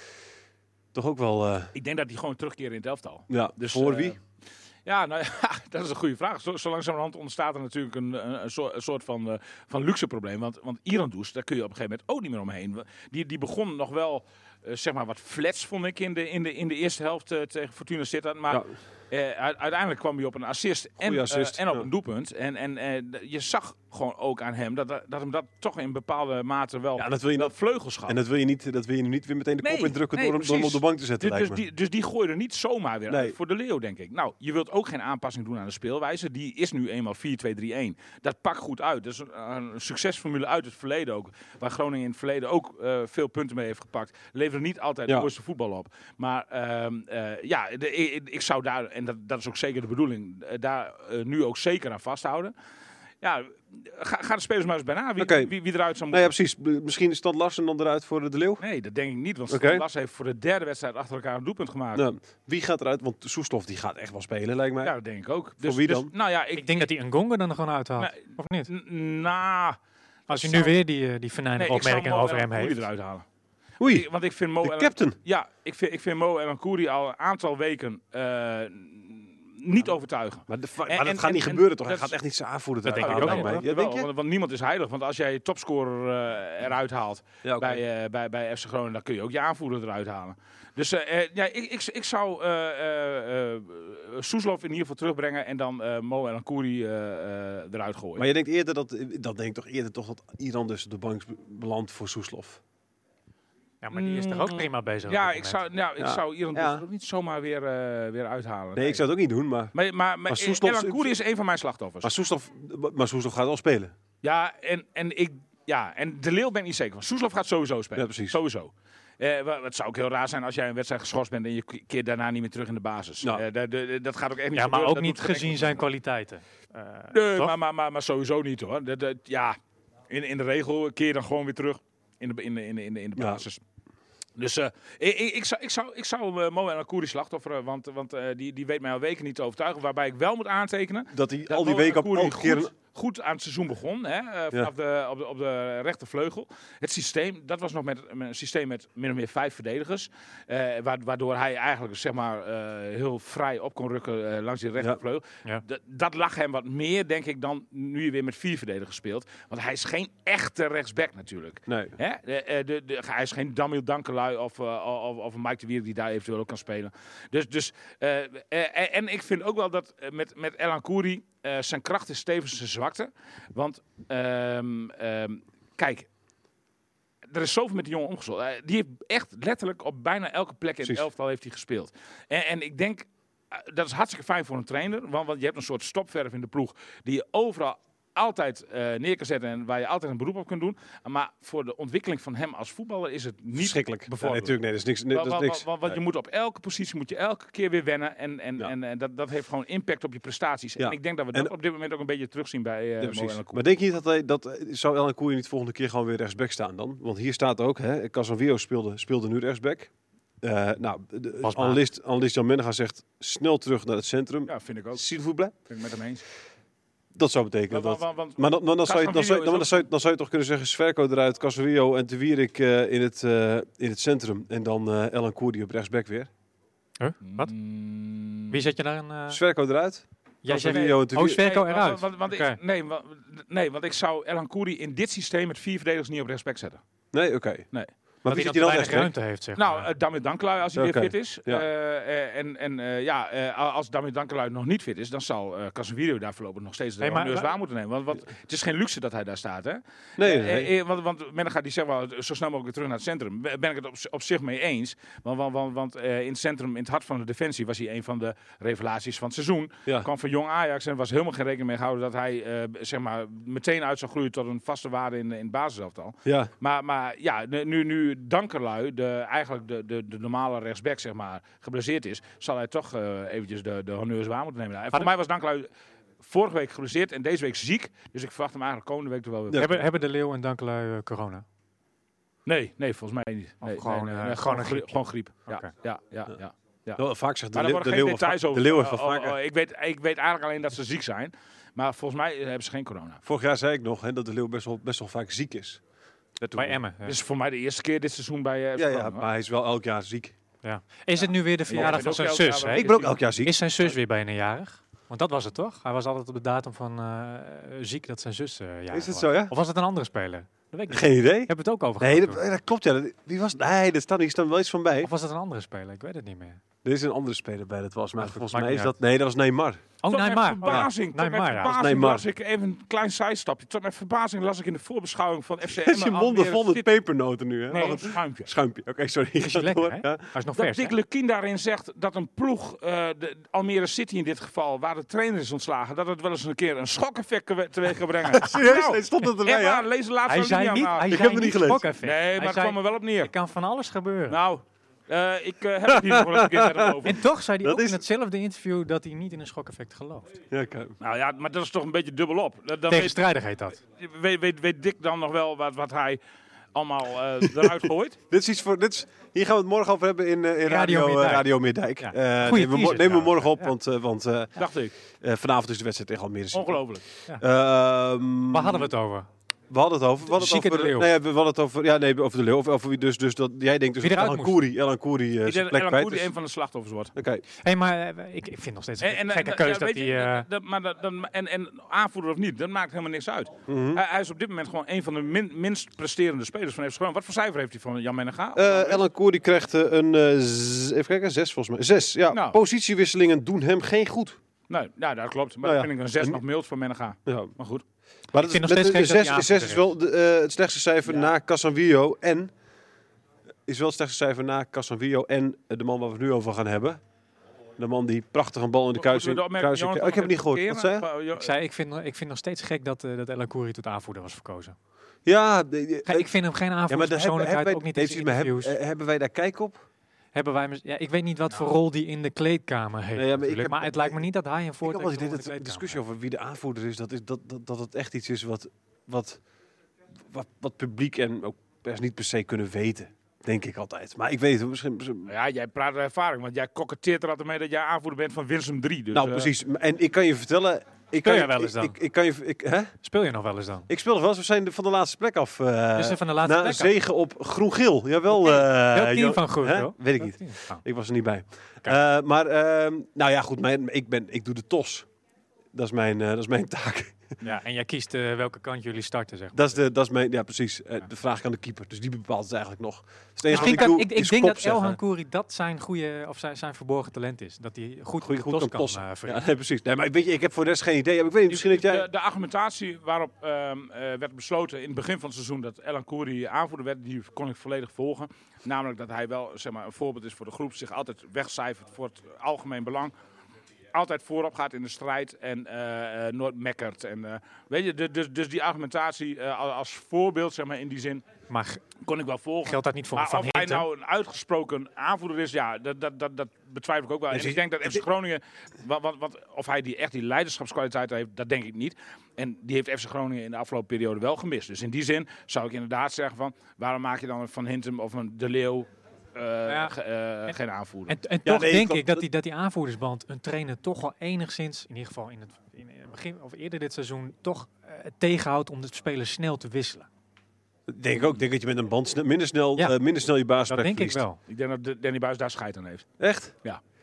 toch ook wel. Uh, ik denk dat die gewoon terugkeren in het elftal. Ja. Dus, voor uh, wie? Ja, nou ja, dat is een goede vraag. Zo, zo langzamerhand ontstaat er natuurlijk een, een, een, soort, een soort van, uh, van luxe probleem. Want, want Iran Doest, daar kun je op een gegeven moment ook niet meer omheen. Die, die begon nog wel, uh, zeg maar, wat flats, vond ik, in de, in de, in de eerste helft uh, tegen Fortuna Sittard. Maar ja. uh, uiteindelijk kwam hij op een assist en, assist, uh, en op ja. een doelpunt. En, en uh, je zag gewoon ook aan hem dat, dat hem dat toch in bepaalde mate wel, ja, dat wil je wel vleugels gaf. En dat wil je niet, dat wil je nu niet weer meteen de kop nee, indrukken nee, door, door hem op de bank te zetten. Dus, dus, die, dus die gooide niet zomaar weer nee. uit voor de Leeuw, denk ik. Nou, je wilt ook geen aanpassing doen aan de speelwijze. Die is nu eenmaal vier twee drie een. Dat pakt goed uit. Dat is een, een succesformule uit het verleden ook. Waar Groningen in het verleden ook uh, veel punten mee heeft gepakt. Levert niet altijd ja. de mooiste voetbal op. Maar uh, uh, ja, de, ik, ik zou daar, en dat, dat is ook zeker de bedoeling, uh, daar uh, nu ook zeker aan vasthouden. Ja, ga, ga de spelers maar eens bijna. Wie, okay. wie, wie eruit zou moeten. Nou ja, precies. Misschien is Stan Larsen dan eruit voor de Leeuw? Nee, dat denk ik niet. Want okay. Stan Larsen heeft voor de derde wedstrijd achter elkaar een doelpunt gemaakt. Nou, wie gaat eruit? Want Soeslof die gaat echt wel spelen, lijkt mij. Ja, dat denk ik ook. Voor dus, wie dan? Dus, nou ja, ik, ik denk dat hij een Gonga dan er gewoon uithaalt. Nou, of niet? N- nou... Als je nu weer die, die venijnige nee, opmerking over hem heeft. eruit halen. Oei, ik, want ik vind Mo de captain. Ja, ik vind, ik vind Mo El Ancoury al een aantal weken... Uh, niet overtuigen. Maar, de, maar En- dat en- gaat niet en- gebeuren, toch? en Hij gaat echt niet zijn aanvoerder Dat eruit denk ik halen, ook lijkt niet, mij. Jawel, Ja, denk je? want, want niemand is heilig. Want als jij je topscorer uh, eruit haalt Ja, okay. bij, uh, bij, bij F C Groningen, dan kun je ook je aanvoerder eruit halen. Dus uh, uh, ja, ik, ik, ik zou uh, uh, uh, Soeslof in ieder geval terugbrengen en dan uh, Mo El Ancoury uh, uh, eruit gooien. Maar je denkt eerder dat, dat denk ik toch eerder toch dat Iran dus op de bank belandt voor Soeslof. Ja, maar die is toch ook prima bezig? Ja, op dit ik moment? zou, nou, ik Ja. zou Iran Ja. dus ook niet zomaar weer, uh, weer uithalen. Nee, ik zou het ook niet doen, maar... Maar, maar, maar Maar Soeslof- El Ancoury is een van mijn slachtoffers. Maar Soeslof, maar Soeslof gaat wel spelen. Ja, en, en, ik, ja, en De Leeuw ben ik niet zeker van. Soeslof gaat sowieso spelen. Ja, precies. Sowieso. Eh, wa- het zou ook heel raar zijn als jij een wedstrijd geschorst bent en je ke- keert daarna niet meer terug in de basis. Nou. Eh, da- de- dat gaat ook echt niet Ja, maar gebeuren. ook Dat niet doet geen gezien enkele- zijn kwaliteiten. Uh, Nee, toch? maar, maar, maar, maar sowieso niet hoor. Dat, dat, ja, in, in de regel keer je dan gewoon weer terug in de, in de, in de, in de, in de Ja. basis. Dus uh, ik, ik, ik zou, ik zou, ik zou uh, Mo El Ancoury slachtofferen, want, want uh, die, die weet mij al weken niet te overtuigen. Waarbij ik wel moet aantekenen Dat hij dat al die Mo El weken op Ancoury elke keer... goed, goed aan het seizoen begon. Hè, uh, vanaf de, op, de, op de rechtervleugel. Het systeem, dat was nog met, met een systeem met min of meer vijf verdedigers. Uh, waardoor hij eigenlijk zeg maar, uh, heel vrij op kon rukken uh, langs die rechtervleugel. Ja. D- dat lag hem wat meer, denk ik, dan nu je weer met vier verdedigers speelt. Want hij is geen echte rechtsback natuurlijk. Nee. Hè? De, de, de, hij is geen Damiel Dankelui of, uh, of, of een Mike de Wierik die daar eventueel ook kan spelen. Dus, dus, uh, uh, en ik vind ook wel dat uh, met, met El Ancoury uh, zijn kracht is tevens zijn zwakte. Want um, um, kijk, er is zoveel met die jongen omgezond. Uh, die heeft echt letterlijk op bijna elke plek in het Precies. elftal heeft hij gespeeld. En, en ik denk, uh, dat is hartstikke fijn voor een trainer. Want, want je hebt een soort stopverf in de ploeg die je overal altijd uh, neer kan zetten en waar je altijd een beroep op kunt doen. Maar voor de ontwikkeling van hem als voetballer is het niet Verschrikkelijk. Ja, nee, bevorderlijk. natuurlijk, nee, dat is niks. Nee, Want, dat is want, niks. want, want je Nee. moet op elke positie moet je elke keer weer wennen. En, en, Ja. en, en dat, dat heeft gewoon impact op je prestaties. Ja. En ik denk dat we En- dat op dit moment ook een beetje terugzien bij uh, Ja, Mo precies. El Ancoury. Maar denk je niet dat hij dat zou El Ancoury niet volgende keer gewoon weer rechtsback staan dan? Want hier staat ook, hè, Casemiro speelde, speelde nu rechtsback. Uh, nou, de Pas maar. analist, analist Jan Menega zegt snel terug naar het centrum. Ja, vind ik ook. S'il vous plaît. Ben ik met hem eens. Dat zou betekenen Want- dat. want- want- Maar dan, dan, dan, zou je, dan, zou, je- Casemiro dan, is zou je, dan zou je toch kunnen zeggen Sverko eruit, Casemiro en De Wierik uh, in, het, uh, in het centrum. En dan uh, El Ancoury op rechtsback weer. Huh? Wat? Mm, Wie zet je daar? Uh, Sverko eruit. jij zegt, Casemiro en De oh, Wierik. Sverko nee, eruit. Want, want, want Oké. ik, nee, want, nee, want ik zou El Ancoury in dit systeem met vier verdedigers niet op rechtsback zetten. Nee, oké. Okay. Nee. Maar dat wie hij zit dan hij te dan weinig rechtsback? ruimte heeft, zeg Nou, maar. uh, Damit Dankelui als hij Oké. weer fit is. Ja. Uh, uh, en en uh, ja, uh, als Damit Dankelui nog niet fit is, dan zal uh, Casemiro daar voorlopig nog steeds de Nee, maar- honneurs maar- waar moeten nemen. Want, want het is geen luxe dat hij daar staat, hè? Nee, Uh, nee. uh, want, want Menega die zegt wel, zo snel mogelijk weer terug naar het centrum. Ben ben ik het op, op zich mee eens. Want, want, want, want uh, in het centrum, in het hart van de defensie, was hij een van de revelaties van het seizoen. Ja. Kwam van jong Ajax en er was helemaal geen rekening mee gehouden dat hij uh, zeg maar, meteen uit zou groeien tot een vaste waarde in, in het basiselftal. Ja. Maar, maar ja, nu, nu Dankerlui, de, eigenlijk de, de, de normale rechtsback, zeg maar, geblesseerd is, zal hij toch uh, eventjes de, de honneurs waar moeten nemen. En voor de- mij was Dankerlui vorige week geblesseerd en deze week ziek. Dus ik verwacht hem eigenlijk komende week er wel weer. Ja. Hebben, hebben de Leeuw en Dankelui uh, corona? Nee, nee, volgens mij niet. Of Nee, gewoon, nee, nee, uh, nee, gewoon een grie- griep. Gewoon griep. Ja, Oké. ja, ja, ja. ja. Wel, vaak zegt de, Maar daar leeuw, de, worden geen leeuw, details de over. leeuw heeft wel Oh, oh, vaker. oh, ik, weet, ik weet eigenlijk alleen dat ze ziek zijn. Maar volgens mij hebben ze geen corona. Vorig jaar zei ik nog hè, dat de leeuw best wel, best wel vaak ziek is. Werd toen- Bij Emmen. ja. Dit is voor mij de eerste keer dit seizoen bij uh, Ja, ja, maar hij is wel elk jaar ziek. Ja. Is het nu weer de verjaardag ben van ook zijn elk zus? jaar hè? bij- Ik ben ook elk jaar ziek. Is zijn zus weer bijna jarig? Want dat was het toch? Hij was altijd op de datum van uh, ziek dat zijn zus uh, jarig Is het was. zo, ja? Of was het een andere speler? Dat weet ik niet. Geen idee. Heb het ook over Nee, gehad dat, toen. dat klopt ja. Dat- Wie was Nee, er staat, hier staat wel iets van bij. Of was het een andere speler? Ik weet het niet meer. Er is een andere speler bij, dat was. Maar Dat volgens maakt mij is niet dat... Nee, dat was Neymar. Oh, Tot mijn Neymar. verbazing, tot mijn Neymar, ja. verbazing Neymar. las ik even een klein zijstapje. Tot mijn verbazing las ik in de voorbeschouwing van F C Het is je Emmen monden alweer vol met dit- pepernoten nu, hè? Nee, Wacht, een schuimpje. Schuimpje. Oké, sorry. Is hij lekker, hè? Ja. Hij is nog Dat vers, Dick hè? Lukien daarin zegt dat een ploeg, uh, de Almere City in dit geval, waar de trainer is ontslagen, dat het wel eens een keer een schokeffect tewe- teweeg kan brengen. Serieus? Nou, Nee, stond het erbij, echt ja? waar, lees de laatste Hij zei alinea niet, maar. hij Ik zei heb het niet niet gelezen. schokeffect. Nee, Hij maar het zei, kwam er wel op neer. er kan van alles gebeuren. Nou, uh, ik uh, heb het hier nog wel een keer met hem over. En toch zei hij Dat ook is- in hetzelfde interview dat hij niet in een schokeffect gelooft. Ja, kijk. Nou ja, maar dat is toch een beetje dubbelop. Dan weet, Tegenstrijdig heet dat. weet, weet, weet Dick dan nog wel wat, wat hij allemaal uh, eruit gooit? Dit is iets voor... Dit is, hier gaan we het morgen over hebben in, uh, in Radio Radio, Middijk. uh, Radio Middijk. Ja. Uh, Goeie nemen we, mo- teaser nemen we morgen op, trouwens, want, uh, want uh, Dacht ik. uh, vanavond is de wedstrijd tegen Almere City. Ongelooflijk. Ehm, Waar hadden we het over? We hadden het over. We hadden het Zieke over de Leeuw. Nee, we hadden het over. Ja, nee, over de Leeuw. Of over wie dus. Dus dat jij denkt dus Wie dat eruit Elan Koeri, Elan Koeri uh, Ik zijn denk dat plek Elan kwijt Koeri is. een van de slachtoffers wordt. Oké. Hé, hey, maar uh, ik, ik vind nog steeds een En, en, gekke en, keuze ja, dat weet hij... je, Uh, dat- dat- maar dat, dan, en, en aanvoerder of niet, dat maakt helemaal niks uit. Mm-hmm. Hij, hij is op dit moment gewoon een van de min, minst presterende spelers van F C Groningen. Wat voor cijfer heeft hij van Jan Menega? Uh, Elan Koeri krijgt uh, een. Uh, z- even kijken, zes volgens mij. Zes. Ja, Nou. positiewisselingen doen hem geen goed. Nee, nou, dat klopt. Maar Nou dan ja. vind ik een zes En- nog mild voor Menega. Ja. Maar goed. Maar Ik dat vind is nog met steeds de gek dat zes, hij zes is wel de, uh, het slechtste cijfer Ja. na Casanvillo en is wel het slechtste cijfer na Casanvillo en uh, de man waar we het nu over gaan hebben. De man die prachtig een bal in de kruising. Moeten we de opmerking, kruising Jonathan, oh, ik heb het niet gehoord. even Wat zei je? parkeren? ik zei, ik vind, ik vind nog steeds gek dat, uh, dat Elan Koeri tot aanvoerder was verkozen. Ja, de, de, Kijk, ik vind hem geen ja, maar daar hebben, aanvoerderspersoonlijkheid, hebben, ook niet wij, in zijn maar hebben, interviews. eh, hebben wij daar kijk op? Hebben wij, mis- ja, ik weet niet wat voor rol die in de kleedkamer heeft, Nee, ja, maar ik natuurlijk, heb- maar het lijkt me niet dat hij een Ik voorteken heb wel het idee in de dat de kleedkamer discussie heeft. over wie de aanvoerder is, dat, is dat, dat, dat het echt iets is wat, wat, wat, wat publiek en ook pers niet per se kunnen weten. Denk ik altijd. Maar ik weet het misschien. misschien- Ja, jij praat uit ervaring, want jij koketteert er altijd mee dat jij aanvoerder bent van Winsum drie. Dus, nou, eh, precies. En ik kan je vertellen. Ik kan jij je wel eens ik- dan? Ik, ik kan je. Ik, hè? Speel je nog wel eens dan? Ik speel nog wel eens. We zijn de- van de laatste plek af. uh, Dus van de laatste na plek een af. zege op Groen-Geel. Jawel. Oké. eh, Welk team Jo- van Groen, hè? joh? Weet ik Welk niet. team? Oh. Ik was er niet bij. Uh, maar, uh, nou ja, goed. Mijn, ik, ben, ik doe de T O S. Dat is mijn, uh, dat is mijn taak. Ja, en jij kiest uh, welke kant jullie starten, zeg maar. Dat is, de, dat is mijn, ja precies. Uh, de vraag aan de keeper. Dus die bepaalt het eigenlijk nog. Dus het enige Misschien wat kan, doe, ik, ik is denk kop dat zeggen. Elhan Koeri dat zijn goede of zijn, zijn verborgen talent is. Dat hij goed, Goeie, goed, goed tos kan kan tossen. uh, Ja, verrichten. nee, precies. Nee, maar weet je, ik heb voor de rest geen idee. Ik weet niet, misschien dat jij... de, de argumentatie waarop ehm, uh, werd besloten in het begin van het seizoen dat Elan Koeri aanvoerder werd, die kon ik volledig volgen. Namelijk dat hij wel zeg maar, een voorbeeld is voor de groep, zich altijd wegcijfert voor het algemeen belang. Altijd voorop gaat in de strijd en uh, uh, nooit mekkert. En, uh, weet je, de, dus, dus die argumentatie uh, als voorbeeld zeg maar, in die zin Maar g- kon ik wel volgen. geldt dat niet voor Maar Van of hij Hintem? nou een uitgesproken aanvoerder is, ja, dat, dat, dat, dat betwijfel ik ook wel. En zie- ik denk dat F C Groningen, wat, wat, wat, of hij die echt die leiderschapskwaliteit heeft, dat denk ik niet. En die heeft F C Groningen in de afgelopen periode wel gemist. Dus in die zin zou ik inderdaad zeggen van, waarom maak je dan een Van Hintem of een De Leeuw uh, Ja. ge, uh, geen aanvoerder? En, en Ja, toch nee, denk klopt. ik dat die, dat die aanvoerdersband een trainer toch wel enigszins, in ieder geval in het, in het begin of eerder dit seizoen, toch uh, tegenhoudt om de spelers snel te wisselen. Denk ik ook. Denk dat je met een band snel, minder, snel, Ja. uh, minder snel je baas Dat denk ik wel. Ik denk dat de- Danny Buis daar scheid aan heeft. Echt?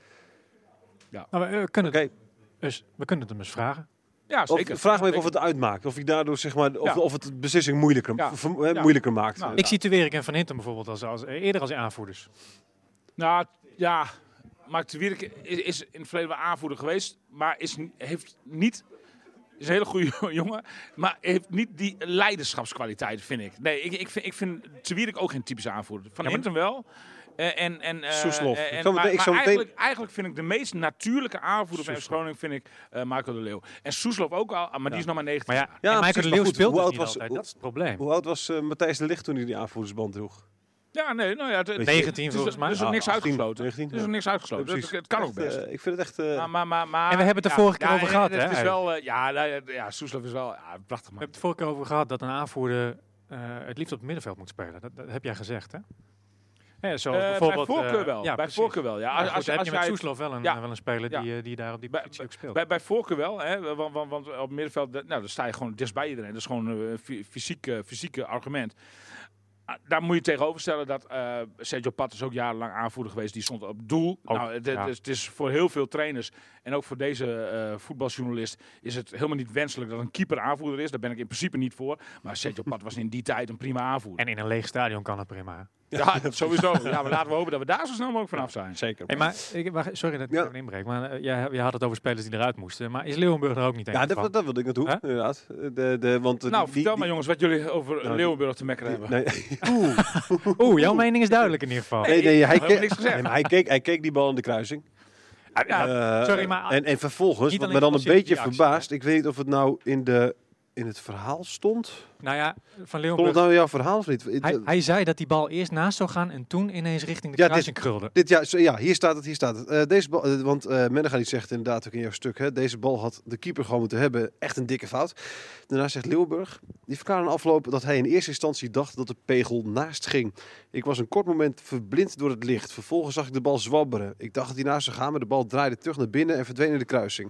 Nou, we, uh, kunnen Oké. het, dus, we kunnen het hem eens vragen. Ja, Of zeker. vraag me even of Zeker. het uitmaakt. Of, je daardoor, zeg maar, of, Ja. of het de beslissing moeilijker, Ja. v- hè, Ja. moeilijker maakt. Nou, Ik situeer ik en Van Hintem bijvoorbeeld als, als, eerder als aanvoerders. Nou, ja, Mark de Wierik is, is in het verleden wel aanvoerder geweest, maar is, ni- heeft niet... Is een hele goede jongen, maar heeft niet die leiderschapskwaliteit, vind ik. Nee, ik, ik vind, ik vind Te Wierik ook geen typische aanvoerder. Van Ja, maar- Hintem wel. Eh, en, en, eh, Soeslof. eh, Ik en- zou maar meteen- ik maar zou meteen- eigenlijk, eigenlijk vind ik de meest natuurlijke aanvoerder van F C Groningen vind ik uh, Michael de Leeuw. En Soeslof ook al, maar die is nog maar negentien. Maar ja, Ja, en Michael precies, de maar Leeuw goed, speelt hoe dus oud niet was- altijd. hoe- Dat is het probleem. Hoe oud was uh, Matthijs de Ligt toen hij die aanvoerdersband droeg? Ja, nee, nou ja, het, het, negentien het is- volgens mij. Er is ook Ah, niks achttien, uitgesloten. negentien, Er is ook ja. niks uitgesloten. Ja, Het, precies. het kan ook Echt, best. uh, ik vind het echt... uh, Maar, maar, maar, maar, En we hebben het de vorige keer over en gehad, Het hè, is Hij. wel, uh, ja, nou, ja, ja, Soeslof is wel ja, prachtig We man. hebben het vorige keer over gehad dat een aanvoerder uh, het liefst op het middenveld moet spelen. Dat, dat heb jij gezegd, hè? Ja, zoals Uh, bij bijvoorbeeld, voorkeur uh, wel. ja, bij precies. voorkeur wel. Ja, Ja, als, goed, als, dan heb als je met jij, Soeslof wel een, ja. wel een speler Ja. die, uh, die daar op die Bij- positie ook speelt. bij, bij voorkeur wel, hè, want, want, want op middenveld, nou, dan sta je gewoon dichtbij iedereen. Dat is gewoon een fy- fysieke, fysieke argument. Ah, Daar moet je tegenover stellen dat uh, Sergio Pat is ook jarenlang aanvoerder geweest. Die stond op doel. Ook, nou, het, ja. het, is, het is voor heel veel trainers en ook voor deze uh, voetbaljournalist is het helemaal niet wenselijk dat een keeper aanvoerder is. Daar ben ik in principe niet voor. Maar Sergio Pat was in die tijd een prima aanvoerder. En in een leeg stadion kan het prima. Ja, sowieso. Ja, maar laten we hopen dat we daar zo snel mogelijk vanaf zijn. Zeker. Hey, maar, ik, wacht, sorry dat ik Ja. even inbreek, maar uh, jij, jij had het over spelers die eruit moesten. Maar is Leeuwenburg er ook niet een Ja, van? dat, dat wilde ik naartoe, Huh? inderdaad. De, de, want, uh, Nou, die, vertel die, maar jongens wat jullie over Nou, Leeuwenburg te mekkeren die- hebben. nee. Oeh. Oeh, jouw mening is duidelijk in ieder geval. Nee, nee, hij, helemaal keek, niks gezegd. nee, maar hij, keek, hij keek die bal in de kruising. Ja, Eh, sorry, maar- en, en vervolgens, Niet wat alleen me dan een passieve beetje reactie, verbaast, ik weet niet of het nou in, de, in het verhaal stond. Nou ja, Van Stond het Leeuwenburg, nou in jouw verhaal of niet? hij, hij zei dat die bal eerst naast zou gaan en toen ineens richting de Ja, kruising krulde. Dit, ja, zo, ja, hier staat het, hier staat het. Eh, deze bal, eh, want uh, Menega die zegt inderdaad ook in jouw stuk, hè, deze bal had de keeper gewoon moeten hebben. Echt een dikke fout. Daarna zegt Leeuwenburg, die verklaarde in afloop dat hij in eerste instantie dacht dat de pegel naast ging. Ik was een kort moment verblind door het licht. Vervolgens zag ik de bal zwabberen. Ik dacht dat hij naast zou gaan, maar de bal draaide terug naar binnen en verdween in de kruising.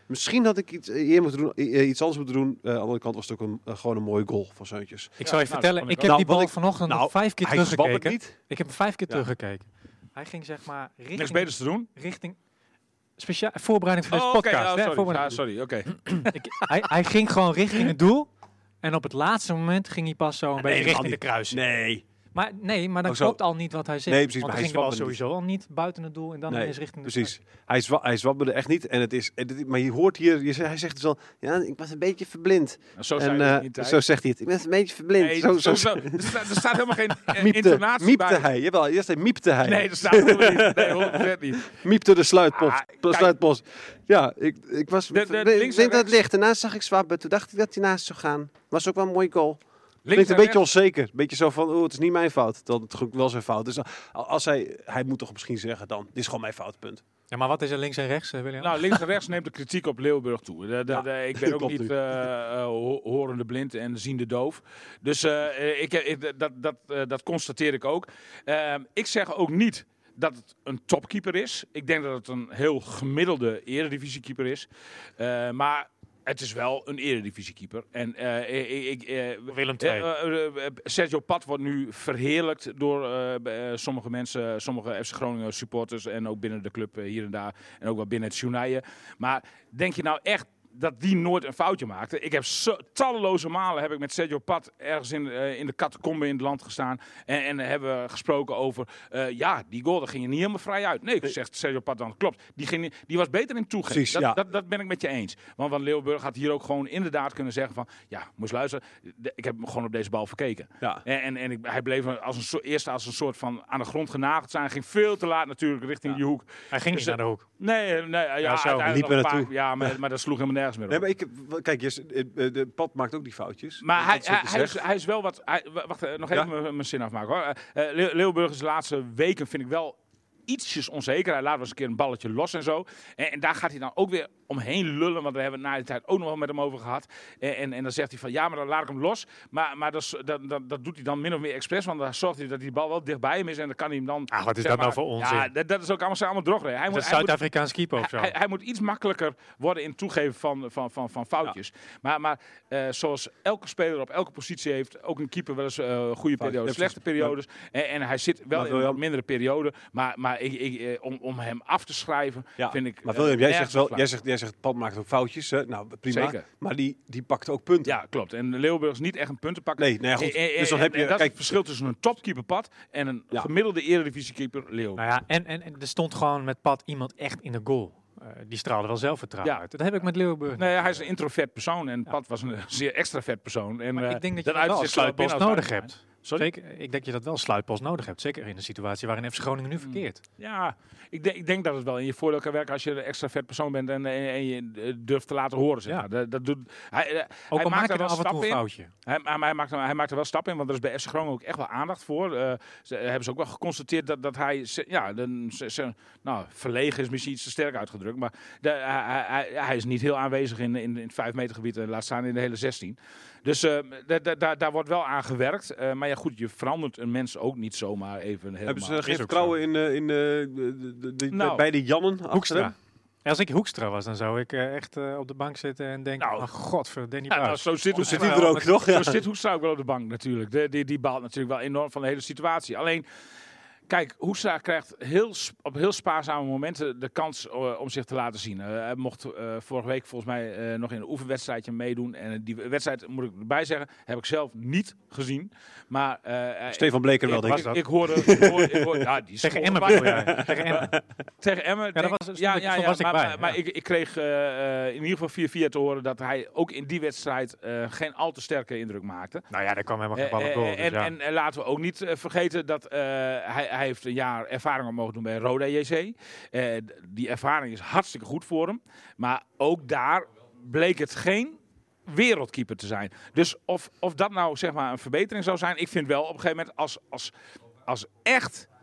Misschien had ik iets, hier moeten doen, iets anders moeten doen. Uh, aan de andere kant was het ook een, uh, gewoon een mooie goal van Seuntjes. Ik zou je Ja, vertellen, nou, ik ik heb nou, die bal ik, vanochtend nou, nog vijf keer hij zwabbert teruggekeken. niet. Ik heb hem vijf keer Ja. teruggekeken. Hij ging zeg maar richting... Niks beters te doen? richting speciaal voorbereiding voor Oh, deze oké, podcast. ja, hè, sorry, voorbereiding. ja, sorry, oké. Ik, hij, hij ging gewoon richting het doel. En op het laatste moment ging hij pas zo een beetje helemaal richting de niet. kruising. Nee. Maar nee, maar dan Oh, zo. klopt al niet wat hij zegt. Nee, precies, Want maar dan hij ging de bal zwabberde sowieso al niet buiten het doel en dan Nee, ineens richting de precies. Hij, zwa hij zwabberde echt niet. En het is, en het, maar je hoort hier, je, hij zegt dus al, ja, ik was een beetje verblind. Zo, En, uh, uh, zo zegt hij het. Ik ben een beetje verblind. Nee, zo, zo, zo, zo, er, staat, er staat helemaal geen uh, miepte, intonatie miepte bij. hij. Jawel, eerst hij miepte hij. Nee, dat staat helemaal niet. Nee, honderd procent niet. Miepte de sluitpost. Ah, de kijk. sluitpost. Ja, ik, ik was... De- de ik links en denk dat het rechts. ligt. Daarna zag ik zwabben. Toen dacht ik dat hij naast zou gaan. Was ook wel een mooie goal. Links Klinkt een en beetje rechts. onzeker. Een beetje zo van, oh, het is niet mijn fout. Dat het wel zijn fout. Dus als hij... Hij moet toch misschien zeggen dan, dit is gewoon mijn fout, punt. Ja, maar wat is er links en rechts, uh, William? Nou, links en rechts neemt de kritiek op Leeuwburg toe. De, de, Ja, de, ik ben ook klopt niet nu. uh, uh, ho- horende blind en ziende doof. Dus uh, ik, ik, dat, dat, uh, dat constateer ik ook. Uh, ik zeg ook niet dat het een topkeeper is. Ik denk dat het een heel gemiddelde eredivisiekeeper is. Uh, maar... Het is wel een eredivisiekeeper. En uh, ik, uh, Willem twee. Uh, uh, uh, Sergio Pat wordt nu verheerlijkt door uh, uh, sommige mensen, sommige F C Groningen supporters en ook binnen de club uh, hier en daar en ook wel binnen het journaille. Maar denk je nou echt dat die nooit een foutje maakte? Ik heb zo, talloze malen heb ik met Sergio Pat ergens in, uh, in de catacombe in het land gestaan en, en hebben we gesproken over, uh, ja, die goal daar ging je niet helemaal vrij uit. Nee, zegt Sergio Pat dan, klopt. Die, ging, die was beter in toegeven. Precies, dat, ja. dat, dat ben ik met je eens. Want Van Leeuwburg had hier ook gewoon inderdaad kunnen zeggen van, ja, moest luisteren, de, ik heb hem gewoon op deze bal verkeken. Ja. En, en, en ik, hij bleef als een so, eerst als een soort van aan de grond genageld zijn. Ging veel te laat natuurlijk richting Ja. die hoek. Hij ging Dus, niet naar de hoek. Nee, nee ja, Ja, zo. uiteindelijk Liep nog er een paar- naartoe. Ja, maar, maar dat sloeg helemaal nergens meer op. Nee, maar ik, kijk, je, de Pat maakt ook die foutjes. Maar Dat hij, is wat hij, je hij, is, zegt. hij is wel wat... Hij, wacht, eh, nog Ja? even mijn- mijn zin afmaken hoor. Uh, Le- Leeuwburg is de laatste weken vind ik wel ietsjes onzeker. Hij laat wel eens een keer een balletje los en zo. En, en daar gaat hij dan ook weer omheen lullen. Want daar hebben we het na die tijd ook nog wel met hem over gehad. En, en, en dan zegt hij van ja, maar dan laat ik hem los. Maar, maar dat, is- dat, dat, dat doet hij dan min of meer expres. Want dan zorgt hij dat die bal wel dicht bij hem is. En dan kan hij hem dan... Ah, wat is zeg dat nou maar- voor onzin? Ja, dat, dat is ook allemaal, zijn allemaal drogreden. Hij Is moet, dat hij moet- Zuid-Afrikaans keeper of zo? hij, hij moet iets makkelijker worden in het toegeven van, van, van, van foutjes. Maar, maar uh, zoals elke speler op elke positie heeft, ook een keeper wel eens uh, goede periodes, ja, slechte precies. periodes. En, en hij zit wel Maar in een William- wat mindere periode. Maar, maar ik, ik, uh, om, om hem af te schrijven, Ja, vind ik... maar uh, William, jij nergens zegt wel, op jij zegt, jij zegt, Pat maakt ook foutjes. Hè? Nou, prima. Zeker. Maar die, die pakt ook punten. Ja, klopt. En Leeuwburg is niet echt een puntenpakker. Nee, nou ja, goed. En, en- Dus dan en- heb je- en dat kijk- is het verschil tussen een topkeeper Pat en een Ja. gemiddelde eredivisiekeeper Leeuw. Nou ja, en, en, en er stond gewoon met Pat iemand echt in de goal. Uh, die straalde wel zelfvertrouwen Ja. uit. Dat heb ik met Leeuwenburg. Nee, hij is een introvert persoon en Pat was een zeer extravert persoon. En, Maar uh, ik denk dat je dat dat wel uit als zich zowel sluitpost binnen als nodig buiten. hebt. Sorry? Zeker, ik denk dat je dat wel sluitpost nodig hebt. Zeker in de situatie waarin F C Groningen nu verkeert. Ja, ik denk, ik denk dat het wel in je voordeel kan werken als je een extra vet persoon bent en, en, en je uh, durft te laten horen. Zeg Ja. maar. dat, dat doet, hij, uh, Ook hij al maak maakt je er er wel af en toe een stappen in. foutje. Hij, hij, hij, maakt, er- hij maakt er wel stappen in, want er is bij F C Groningen ook echt wel aandacht voor. Uh, ze hebben ze ook wel geconstateerd dat, dat hij, ze- ja, de, ze, ze- nou, verlegen is misschien iets te sterk uitgedrukt, maar de, hij, hij, hij is niet heel aanwezig in, in, in het vijf meter gebied, en laat staan in de hele zestien. Dus uh, da, da, da, daar wordt wel aan gewerkt. Uh, maar ja, goed, je verandert een mens ook niet zomaar even helemaal. Hebben ze Is geen ook vertrouwen in, uh, in uh, de, de, de, Nou, bij de Jannen achter Hoekstra. hem? Ja, als ik Hoekstra was, dan zou ik uh, echt uh, op de bank zitten en denken, Nou, oh god, voor Danny Ja, nou, Buis. zo zit Hoe Hoekstra zit hij er ook nog? Zo Ja. zit Hoekstra ook wel op de bank natuurlijk. De, die, die baalt natuurlijk wel enorm van de hele situatie. Alleen, kijk, Hoekstra krijgt heel, sp- op heel spaarzame momenten de kans uh, om zich te laten zien. Uh, hij mocht uh, vorige week volgens mij uh, nog in een oefenwedstrijdje meedoen. En die wedstrijd, moet ik erbij zeggen, heb ik zelf niet gezien. Maar, uh, Stefan Bleker wel, ik, denk ik, ik. ik hoorde... Ik hoorde, ik hoorde ja, die is Tegen gewoon Emmen bij- bedoel jij? Tegen Emmen. Tegen Emmen. Ja, dat denk- was- ja, stond ik- ja, stond- ja, was ik maar, bij, maar, maar ja. ik, ik kreeg uh, in ieder geval via via te horen dat hij ook in die wedstrijd uh, geen al te sterke indruk maakte. Nou ja, daar kwam helemaal geen bal op Eh, goal. eh, Dus en, ja. en, en laten we ook niet uh, vergeten dat uh, hij, hij heeft een jaar ervaring mogen doen bij Roda J C. Uh, d- die ervaring is hartstikke goed voor hem. Maar ook daar bleek het geen wereldkeeper te zijn. Dus of, of dat nou zeg maar een verbetering zou zijn. Ik vind wel op een gegeven moment als, als, als echt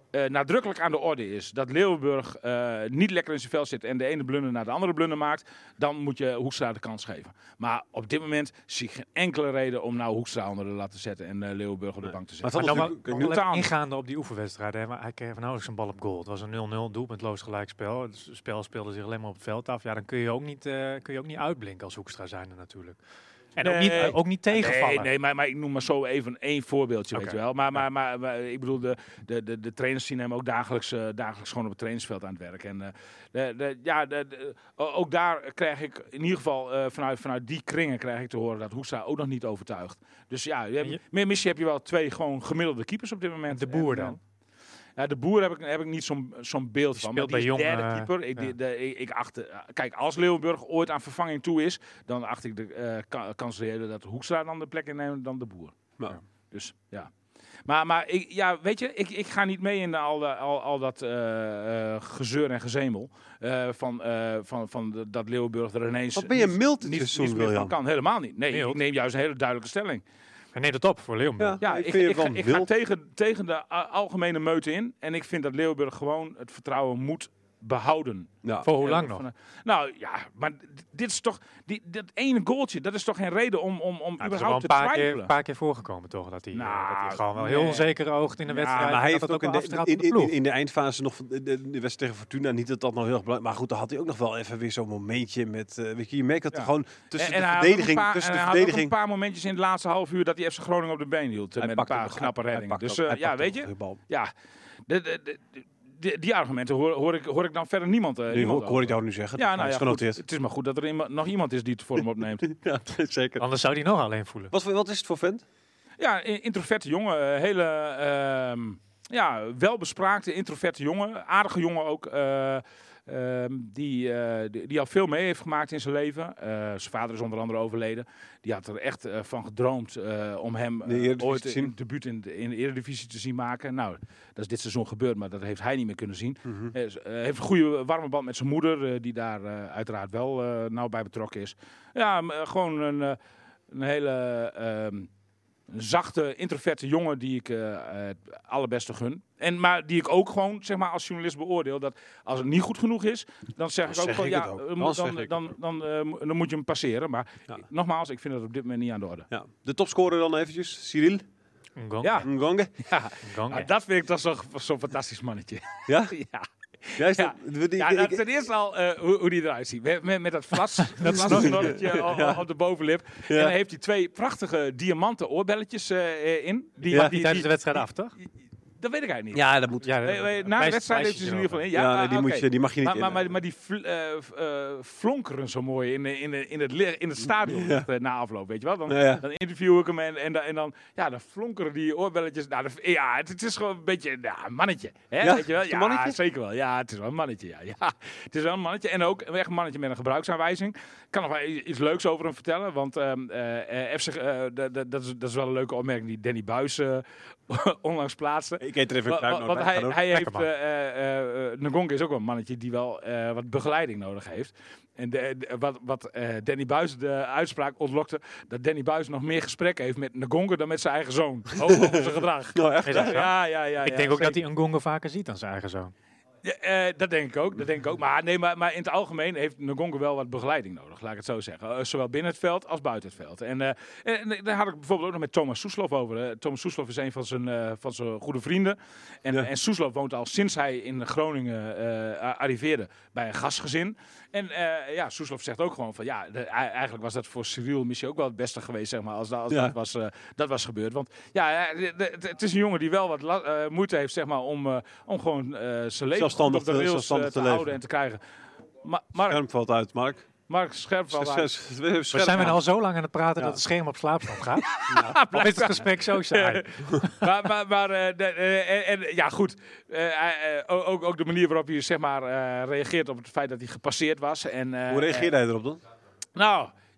uh, nadrukkelijk aan de orde is dat Leeuwenburg uh, niet lekker in zijn vel zit en de ene blunder naar de andere blunder maakt, dan moet je Hoekstra de kans geven. Maar op dit moment zie ik geen enkele reden om nou Hoekstra onder de lat te zetten en uh, Leeuwenburg op de bank te zetten. Maar dan wel, wel even ingaande op die oefenwedstrijden. Hij kreeg van nauwelijks een bal op goal. Het was een nul nul doelpuntloos gelijkspel. Het spel speelde zich alleen maar op het veld af. Ja, dan kun je ook niet, uh, kun je ook niet uitblinken als Hoekstra zijnde natuurlijk. En nee, ook, niet, uh, ook niet tegenvallen. Nee, nee maar, maar ik noem maar zo even één voorbeeldje, okay. weet je wel. Maar, maar, maar, maar ik bedoel, de, de, de, de trainers zien hem ook dagelijks, uh, dagelijks gewoon op het trainingsveld aan het werk. En uh, de, de, ja, de, de, ook daar krijg ik in ieder geval uh, vanuit, vanuit die kringen krijg ik te horen dat Hoekstra ook nog niet overtuigt. Dus ja, je hebt, je? misschien heb je wel twee gewoon gemiddelde keepers op dit moment. De Boer dan? Ja, de Boer heb ik, heb ik niet zo'n zo'n beeld die van. Speelt maar die bij is jong, derde uh, keeper. Ik, ja. de, de, ik, ik acht, uh, kijk, als Leeuwenburg ooit aan vervanging toe is, dan acht ik de uh, ka- kans reëler dat Hoekstra dan de plek inneemt dan de Boer. Nou. Ja. Dus ja. Maar, maar ik, ja, weet je, ik, ik ga niet mee in al, de, al, al dat uh, uh, gezeur en gezemel uh, van, uh, van, van de, dat Leeuwenburg er ineens Wat ben je mild niet, niet, niet meer van kan. Helemaal niet. Nee, mild. ik neem juist een hele duidelijke stelling. Hij neemt het op voor Leeuwenburg. Ja, ik, ik, ik, ga, ik ga tegen, tegen de a- algemene meute in. En ik vind dat Leeuwenburg gewoon het vertrouwen moet behouden. Ja. Voor hoe lang ja, nog? Van, nou ja, maar d- dit is toch... Die, dat ene goaltje, dat is toch geen reden om, om, om Nou, het is überhaupt wel te een paar twijfelen? keer, paar keer voorgekomen toch? Dat hij, Nou, uh, dat hij gewoon wel nee. heel onzeker oogt in de Ja, wedstrijd. Maar hij dat heeft het ook in de, afstraalt in, op de in, ploeg. in de eindfase nog de, de, de wedstrijd tegen Fortuna niet dat dat nog heel erg belangrijk. Maar goed, dan had hij ook nog wel even weer zo'n momentje met. Uh, weet je, je merkt dat Ja. er gewoon tussen En- de en hij had ook verdediging, een paar- tussen en de hij had ook verdediging. een paar momentjes in het laatste half uur dat hij F C Groningen op de been hield. Uh, Hij met een pakt paar ook- knappe hij- hij reddingen. pakt Dus ook- uh, hij ja, pakt weet ook je? de bal. Ja, de, de, de, de, die argumenten hoor, hoor, ik, hoor ik dan verder niemand. Uh, Nu niemand hoor, hoor ik over. jou nu zeggen. Ja, dat nou is ja, goed. genoteerd. Het is maar goed dat er iemand, nog iemand is die het voor hem opneemt. Ja, zeker. Anders zou hij nog alleen voelen. Wat, voor- wat is het voor vent? Ja, een introverte jongen. Hele uh, ja, welbespraakte, introverte jongen. Aardige jongen ook. Uh, uh, die, uh, die, die al veel mee heeft gemaakt in zijn leven. Uh, zijn vader is onder andere overleden. Die had er echt uh, van gedroomd uh, om hem De uh, Eredivisie ooit te zien. een debuut in de, in de Eredivisie te zien maken. Nou, dat is dit seizoen gebeurd, maar dat heeft hij niet meer kunnen zien. Mm-hmm. Hij uh, heeft een goede warme band met zijn moeder, uh, die daar uh, uiteraard wel uh, nauw bij betrokken is. Ja, uh, gewoon een, uh, een hele... Uh, Een zachte, introverte jongen die ik uh, het allerbeste gun. En, maar die ik ook gewoon, zeg maar, als journalist beoordeel. Dat als het niet goed genoeg is, dan zeg Dan ik ook zeg van ik ja, het ook. uh, Dan moet- zeg dan, ik dan, dan, uh, mo- dan moet je hem passeren. Maar Ja. nogmaals, ik vind dat op dit moment niet aan de orde. Ja. De topscorer dan eventjes, Cyril Ngong. Ja, Ngonge. ja. Ngong, Nou, ja. dat vind ik toch zo'n zo fantastisch mannetje. Ja? ja. Ja, is dat, Ja. die- die- Ja, ik- dat ik- ten eerste al uh, hoe, hoe die eruit ziet. Met, met, met dat vlas, dat snorretje op, op de bovenlip. Ja. En dan heeft hij twee prachtige diamanten oorbelletjes uh, in. Die, Ja. die, Die tijdens de wedstrijd af, toch? Dat weet ik eigenlijk niet. Ja, dat moet. Ja, Nee, nee, na de wijs- wedstrijd wijs heeft je hij ze in erover. ieder geval in. Ja, Ja, nee, ah, die, moet oké. je, die mag je niet Maar, in. maar, maar, maar die fl- uh, uh, flonkeren zo mooi in, de, in, de, in, het, le- in het stadion Ja. echt, uh, na afloop, weet je wel. Dan, Ja, ja. dan interview ik hem en, en, dan- en dan, ja, dan flonkeren die oorbelletjes. Nou, dat- ja, het, het is gewoon een beetje ja, een mannetje. Hè, Ja, weet je wel? is het een Ja, mannetje? zeker wel. Ja, het is wel een mannetje. Ja. Ja, het is wel een mannetje. En ook echt een mannetje met een gebruiksaanwijzing. Ik kan nog wel i- iets leuks over hem vertellen. Want um, uh, uh, F C, uh, dat, dat, dat, is, dat is wel een leuke opmerking die Danny Buis uh, onlangs plaatste. Ik eet er even een Wa- kruid wa- nog Want bij. hij, Ga door. hij heeft, Lekker, man. uh, uh, uh, Ngonge is ook wel een mannetje die wel uh, wat begeleiding nodig heeft. En de, de- wat, wat uh, Danny Buis de uitspraak ontlokte, dat Danny Buis nog meer gesprekken heeft met Ngonge dan met zijn eigen zoon. Over over zijn gedrag. Oh, echt? Is dat zo? Ja, ja, ja. Ik ja, denk ook dat zeker. hij Ngonge vaker ziet dan zijn eigen zoon. Ja, eh, dat denk ik ook. Dat denk ik ook. Maar, nee, maar, maar in het algemeen heeft Ngonge wel wat begeleiding nodig, laat ik het zo zeggen. Uh, zowel binnen het veld als buiten het veld. En, uh, en, en daar had ik bijvoorbeeld ook nog met Thomas Soeslof over. Uh, Thomas Soeslof is een van zijn, uh, van zijn goede vrienden. En, Ja. en Soeslof woont al sinds hij in Groningen uh, arriveerde bij een gastgezin. En uh, ja, Soeslof zegt ook gewoon van ja, de, eigenlijk was dat voor Cyril misschien ook wel het beste geweest, zeg maar, als, dat, als Ja. dat, was, uh, dat was gebeurd. Want ja, de, de, het is een jongen die wel wat la- uh, moeite heeft, zeg maar, om, uh, om gewoon uh, zijn leven Zelfstandig goed op de te- rails uh, zelfstandig te, te leven. houden en te krijgen. Ma Mark, Scherm valt uit, Mark. Mark Scherp wel Scherp- uit. scherp- We scherp- zijn we al zo lang aan het praten Ja. dat het scherm op slaapstand gaat? Of is het gesprek zo saai? maar maar, maar uh, de, uh, en, en, ja, goed. Uh, uh, uh, ook, ook de manier waarop hij, zeg maar, uh, reageert op het feit dat hij gepasseerd was. En, uh, Hoe reageerde hij erop dan? Nou,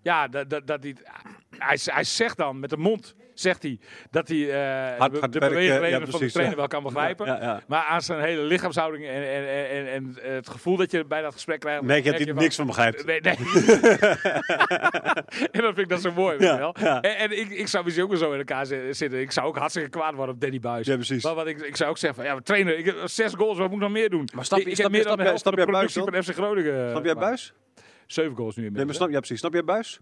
Ja, dat, dat, dat hij, hij, hij zegt dan met de mond, zegt hij, dat hij uh, Hard, de, hard de werken, beweegreden ja, van precies, de trainer ja. wel kan begrijpen. Ja, ja. Maar aan zijn hele lichaamshouding en, en, en, en, en het gevoel dat je bij dat gesprek krijgt... Nee, ik heb er niks van begrijpt. Nee, nee. En dat vind ik dat zo mooi, weet je Ja, wel. ja. En, en ik, ik zou misschien ook wel zo in elkaar zi- zitten. Ik zou ook hartstikke kwaad worden op Danny Buis. Ja, precies. Maar wat ik, ik zou ook zeggen van, ja, trainer, ik heb zes goals, wat moet ik nog meer doen? Maar snap je- ik, ik snap heb je- meer dan de snap helft van jij- de snap jij productie Buis van F C Groningen. Snap jij Buis? Zeven goals nu Nee, inmiddels. maar snap, ja, precies. Snap jij Buis?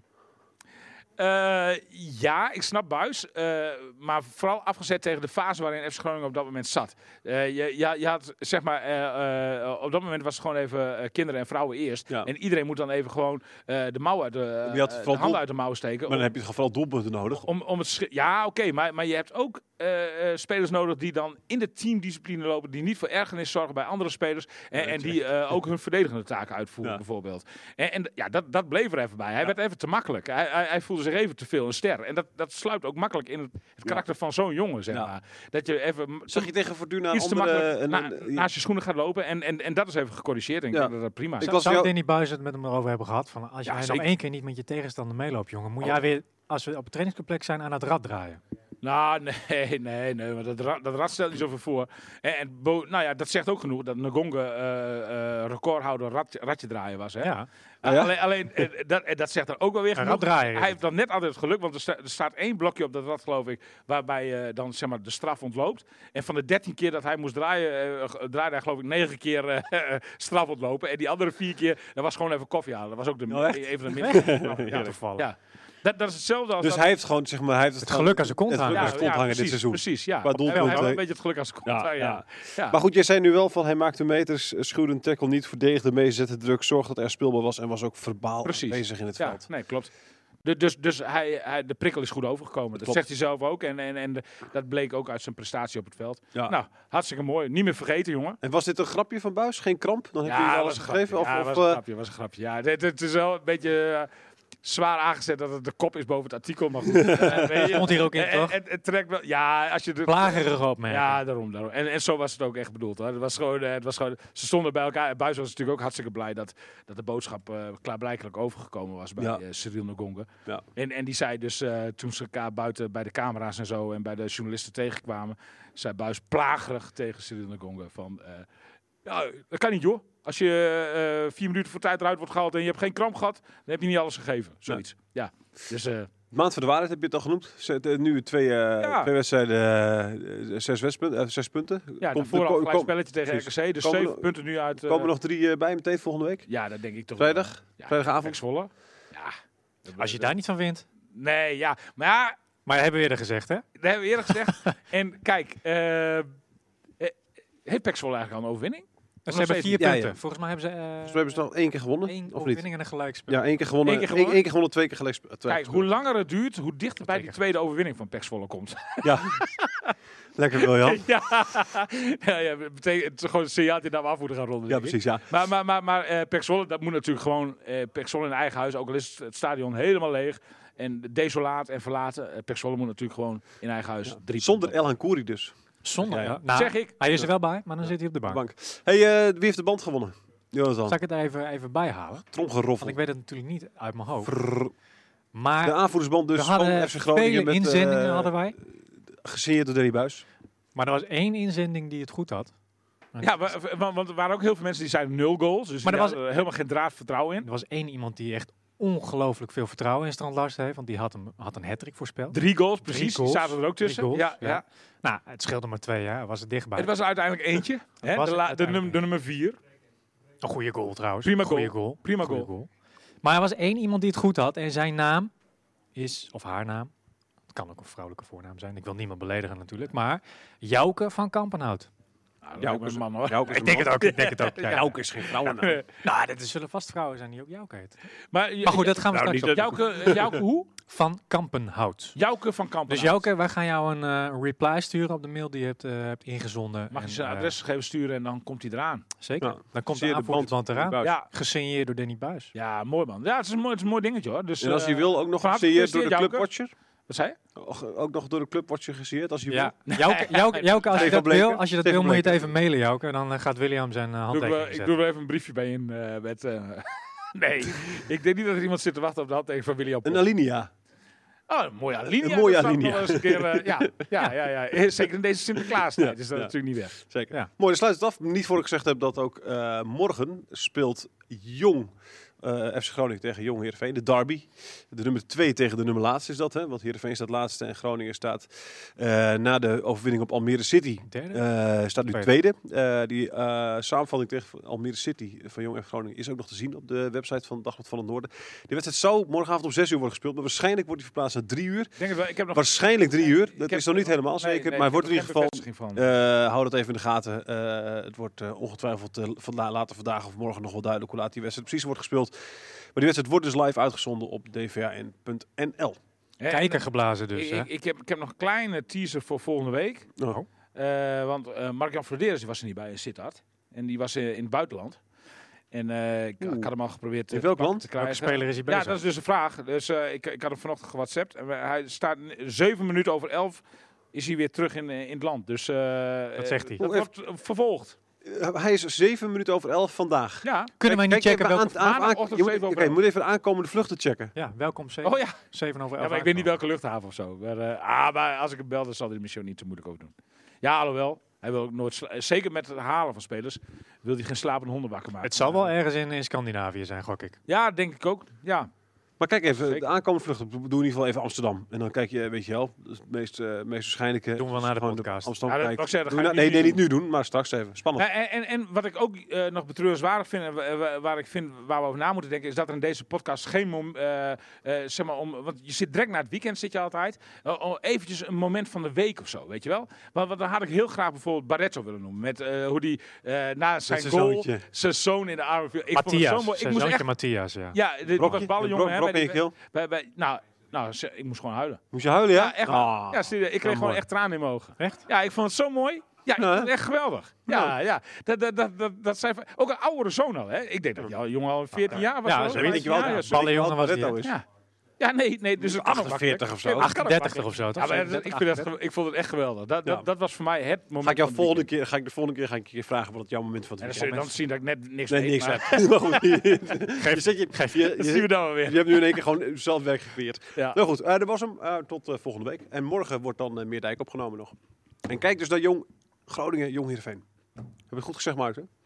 Uh, ja, ik snap Buis. Uh, maar vooral afgezet tegen de fase waarin F C Groningen op dat moment zat. Uh, je, je, je had, zeg maar, uh, uh, op dat moment was het gewoon even uh, kinderen en vrouwen eerst. Ja. En iedereen moet dan even gewoon uh, de mouw uit de, uh, Je had de vooral handen doel- uit de mouwen steken. Maar dan om, heb je toch vooral doelpunten nodig. om, om het schi- ja, oké, okay, maar, maar je hebt ook uh, uh, spelers nodig die dan in de teamdiscipline lopen, die niet voor ergernis zorgen bij andere spelers en, en die uh, ook hun verdedigende taken uitvoeren, Ja. bijvoorbeeld. En, en ja, dat, dat bleef er even bij. Hij Ja. werd even te makkelijk. Hij, hij, hij voelde zich even te veel een ster. En dat, dat sluipt ook makkelijk in het, het karakter van zo'n jongen, zeg Ja. maar. Dat je even Zag je tegen Fortuna iets te andere... makkelijk een- na- een- naast je schoenen gaat lopen en, en, en dat is even gecorrigeerd. En ik Ja. denk dat dat prima is. Ik las Zou jou- Danny Buis het met hem erover hebben gehad? Van als Ja, jij zeker. nog één keer niet met je tegenstander meeloopt, jongen, moet Oh. jij weer, als we op het trainingscomplex zijn, aan het rad draaien. Nou, nee, nee, nee, maar dat, ra- dat rad stelt niet zoveel voor. En, en bo- nou ja, dat zegt ook genoeg dat Ngonge uh, uh, recordhouder rat, ratje draaien was. Hè? Ja. Uh, Oh ja? Alleen, alleen uh, dat, uh, dat zegt dan ook wel weer Een genoeg. raddraaier is Hij heeft dan net altijd het geluk, want er, sta- er staat één blokje op dat rad, geloof ik, waarbij je uh, dan zeg maar de straf ontloopt. En van de dertien keer dat hij moest draaien, uh, draaide hij geloof ik negen keer uh, straf ontlopen. En die andere vier keer, dat was gewoon even koffie halen. Dat was ook de, Oh, echt? even de minste. Ja, toevallig. Ja. Dat, dat is hetzelfde als Dus dat- hij heeft gewoon, zeg maar... Hij heeft het, Het geluk aan zijn kont het hangen. geluk aan zijn kont hangen dit precies, seizoen. Precies, ja. Qua Hij- doelpunten. Hij heeft een beetje het geluk aan zijn kont. Ja, Ja, ja. Ja. Maar goed, jij zei nu wel van hij maakte meters, uh, schuwde een tackle niet, verdedigde mee, zette druk, zorgde dat er speelbaar was en was ook verbaal Precies. bezig in het Ja, veld. nee, klopt. De, dus dus hij, hij, de prikkel is goed overgekomen. Dat Klopt. zegt hij zelf ook. En, en, en de- dat bleek ook uit zijn prestatie op het veld. Ja. Nou, hartstikke mooi. Niet meer vergeten, jongen. En was dit een grapje van Buis? Geen kramp? Dan heb je Ja, alles was een gegeven? grapje. Of, Ja, of, was een eh, grapje. Was een grapje. Ja, het, het is wel een beetje uh, zwaar aangezet dat het de kop is boven het artikel. Maar goed. Uh, weet je, Stond hier ook in, en- toch? en- Het trekt wel. Ja, als je de Plagerige opmerking. Ja, daarom. daarom. En, en zo was het ook echt bedoeld. Hoor. Het was gewoon, uh, het was gewoon, ze stonden bij elkaar. Buis was natuurlijk ook hartstikke blij dat, dat de boodschap uh, klaarblijkelijk overgekomen was bij Ja. uh, Cyril Ngonge. Ja. En, en die zei dus, uh, toen ze elkaar buiten bij de camera's en zo en bij de journalisten tegenkwamen, zei Buis plagerig tegen Cyril Ngonge van, uh, ja, dat kan niet joh. Als je uh, vier minuten voor tijd eruit wordt gehaald en je hebt geen kramp gehad, dan heb je niet alles gegeven. Zoiets. Ja. Dus... Uh, Maand voor de waarheid heb je het al genoemd. Zet, uh, nu twee, uh, Ja. twee wedstrijden, uh, zes, westpunt, uh, zes punten. ja, Komt- daarvoor al ko- een gelijk kom- spelletje tegen precies. R K C. Dus Komen zeven er- punten nu uit... Uh, Komen er nog drie uh, bij meteen volgende week? Ja, dat denk ik toch Vrijdag? wel. Ja, Vrijdagavond? Pek Zwolle. Ja. Als je daar niet van wint. Nee, ja. Maar ja, Maar dat hebben we eerder gezegd, hè? dat hebben we eerder gezegd. En kijk, eh, eh, heeft Pek Zwolle eigenlijk al een overwinning? Ze nog hebben steeds vier niet? Ja, punten. ja. Volgens mij hebben ze, uh, Dus we hebben ze nog één keer gewonnen, één of niet? overwinning en een gelijkspel. Ja, één keer gewonnen. Eén keer Eén gewonnen? één keer gewonnen, twee keer gelijk. spe- twee Kijk, keer hoe langer het duurt, hoe dichter bij die keer. tweede overwinning van Pek Zwolle komt. Ja. Lekker Wiljan. ja, ja, ja, betekent het is gewoon een signaaltje dat we af moeten gaan ronden. Ja, denk ik. precies, ja. Maar, maar, maar, maar uh, Pek Zwolle, dat moet natuurlijk gewoon uh, Pek Zwolle in eigen huis, ook al is het stadion helemaal leeg en desolaat en verlaten. Uh, Pek Zwolle moet natuurlijk gewoon in eigen huis drie Zonder punten. El Hankouri dus. Zonder, Ja, ja. ja. Nou, Zeg ik. Hij is er wel bij, maar dan zit hij op de Bank. bank. Hey, uh, wie heeft de band gewonnen? Jonathan. Zal ik het even, even bijhalen? Want Tromgeroffel. ik weet het natuurlijk niet uit mijn hoofd. Vrrr. Maar De aanvoerdersband dus we van hadden F C Groningen vele met inzendingen, uh, hadden wij. gesigneerd door Danny Buis. Maar er was één inzending die het goed had. Ja, wa- wa- want er waren ook heel veel mensen die zeiden nul goals. Dus Maar maar er er was- was helemaal geen draad vertrouwen in. Er was één iemand die echt ongelooflijk veel vertrouwen in Strand Larsen heeft. Want die had, hem, had een hattrick voorspeld. Drie goals, precies. goals. Die zaten er ook Drie tussen. goals, ja, ja. ja. Nou, het scheelde maar twee jaar. Was het dichtbij. Het was er uiteindelijk eentje. Hè? was De, het la- de, uiteindelijk num- de nummer vier. Een goede goal trouwens. Prima Goeie goal. goal. Prima Goeie goal. Maar er was één iemand die het goed had. En zijn naam is, of haar naam. Het kan ook een vrouwelijke voornaam zijn. Ik wil niemand beledigen natuurlijk. Maar Jouke van Kampenhout. Nou, Jouke Jouke is- een man hoor. Jouke is Ik denk een het ook. Ik denk het ook. Ja. Jouke is geen vrouwennaam. Nou, dat zullen vast vrouwen zijn die ook Jouke heet. Maar, Maar goed, dat gaan we nou, straks niet op. dat- Jouke, Jouke hoe? Van Kampenhout. Jouke van Kampen. Dus Jouke, wij gaan jou een eh, reply sturen op de mail die je hebt, eh, hebt ingezonden. Mag je En, zijn eh, adresgegevens sturen en dan komt hij eraan. Zeker. Ja. Dan komt Zie de je de band- aanvoerdersband eraan. Buis. Ja, Gesigneerd door Danny Buis. ja, mooi man. Ja, het is een mooi, het is een mooi dingetje hoor. Dus, En als eh, hij wil, ook nog van harte gesigneerd door de gefeliciteerd, Clubwatcher. Wat zei je? Och, Ook nog door de Clubwatcher gesigneerd, als hij Ja. wil. Jouke, Jouke, Jouke, als je Stefan dat wil, Bleker. als je dat Stefan wil moet je het Bleker. even mailen, Jouke. Dan eh, gaat William zijn uh, Doe ik, handtekening wel, ik zetten. doe er even een briefje bij in uh, met... Uh, Nee, ik denk niet dat er iemand zit te wachten op de handtekening van William Pomp. Een Alinea. Oh, een mooie alinea. Een mooie Dat zou ik alinea. nog wel eens een keer, uh, ja, ja, ja, ja. Zeker in deze Sinterklaastijd Ja, is dat ja. natuurlijk niet weg. Zeker. Ja. Mooi, dan sluit het af. Niet voor ik gezegd heb dat ook uh, morgen speelt Jong uh, F C Groningen tegen Jong Heerenveen. De derby. De nummer twee tegen de nummer laatste is dat. Hè? Want Heerenveen staat laatste en Groningen staat uh, na de overwinning op Almere City. Derde? Uh, staat nu tweede. tweede. Uh, die uh, samenvatting tegen Almere City van Jong F C Groningen is ook nog te zien op de website van Dagblad van het Noorden. Die wedstrijd zou morgenavond om zes uur worden gespeeld. Maar waarschijnlijk wordt die verplaatst naar drie uur. Denk het wel. Ik heb nog Waarschijnlijk drie uur. Dat heb is nog niet helemaal nee, zeker. nee, maar ik wordt in heb ieder er geval... geen bevestiging van. Uh, hou dat even in de gaten. Uh, het wordt uh, ongetwijfeld uh, vanda- later vandaag of morgen nog wel duidelijk hoe laat die wedstrijd precies wordt gespeeld. Maar die wedstrijd wordt dus live uitgezonden op d v a n punt n l. Kijker geblazen dus, ik, hè? ik, ik, heb, ik heb nog een kleine teaser voor volgende week. Oh. Uh, want uh, Mark-Jan Flederis was er niet bij in Sittard. En die was uh, in het buitenland. En uh, ik, ik had hem al geprobeerd In te, welk te land? te krijgen. Welke speler is hij bezig? Ja, dat is dus een vraag. Dus uh, ik, ik had hem vanochtend gewhatsappt. En we- hij staat zeven minuten over elf. Is hij weer terug in, in het land. Dus uh, Wat zegt hij? Dat wordt uh, vervolgd. Uh, hij is zeven minuten over elf vandaag. Ja. Kunnen wij niet Kijk checken even welke... aan- aan- aan- maandagochtend je moet- zeven over Oké, je elf. moet even de aankomende vluchten checken. Ja, welkom zeven. Oh ja. zeven over elf. Ja, maar ik weet niet welke luchthaven of zo. Maar, uh, ah, maar als ik hem bel, dan zal hij de mission niet te moeilijk over doen. Ja, alhoewel. Hij wil ook nooit sla- zeker met het halen van spelers, wil hij geen slapende honden wakker maken. Het zal wel ergens in, in Scandinavië zijn, gok ik. Ja, denk ik ook. Ja. Maar kijk even, Zeker. de aankomende vluchten. Doe in ieder geval even Amsterdam. En dan kijk je, weet je wel, dat is het meest, uh, meest waarschijnlijke. Doen we wel na de Gewoon podcast. Amsterdam Ja, dat kijken. wou ik zeggen, dat Doe ga je ik nou- nu nee, nee, niet niet nu doen, maar straks even. Spannend. En, en, en wat ik ook uh, nog betreurenswaardig vind, en wa- wa- waar ik vind waar we over na moeten denken, is dat er in deze podcast geen mom, uh, uh, zeg maar, om, want je zit direct na het weekend zit je altijd, uh, oh, eventjes een moment van de week of zo, weet je wel? Want, want dan had ik heel graag bijvoorbeeld Barretto willen noemen, met uh, hoe die uh, na zijn zijn goal zoontje. zijn zoon in de armen viel. Ik vond het zo Matthias. mooi. Ik Zijn moest zoontje echt, Matthias, ja. ja, de- die Brokje? was ballenjongen, Brok- hè, brok bij in die- je keel? bij- bij- nou, nou, ze- ik moest gewoon huilen. Moest je huilen, ja? Ja, echt. Ah. Ja, serieus, ik kreeg gewoon mooi. echt tranen in mijn ogen. Echt? Ja, ik vond het zo mooi. Ja, ik Ja, vond hè? het echt geweldig. Ja, ja. Dat, dat, dat, dat, dat zijn ook een oudere zoon al, hè? Ik denk dat jouw jongen al veertien jaar was. Ja, zo, zo weet ik wel. Ja, ja, Ja, zo. ballenjongen was die, Barretto hè? is. Ja. Ja, nee, nee, dus het kan ook achtenveertig makkelijk. of zo. Nee, dat kan ook achtendertig makkelijk. of zo, toch? Ja, maar dat- ik, vind dat, ik vond het echt geweldig. Dat, Ja. dat, dat was voor mij het moment. Ga ik jou van het volgende weekend. keer, ga ik de volgende keer ga ik je keer vragen wat het jouw moment van het En dan zul je weekend dan is. zien dat ik net niks Nee, weet. niks maar- heb. Maar goed, je, je, zit je, geef je, Dat je, zien we dan wel weer. je hebt nu in één keer gewoon zelf werk gecreëerd. Ja. Nou goed, uh, dat was hem. Uh, tot uh, volgende week. En morgen wordt dan uh, Meerdijk opgenomen nog. En kijk dus naar Jong Groningen, Jong Heerenveen. Heb ik goed gezegd, Maarten?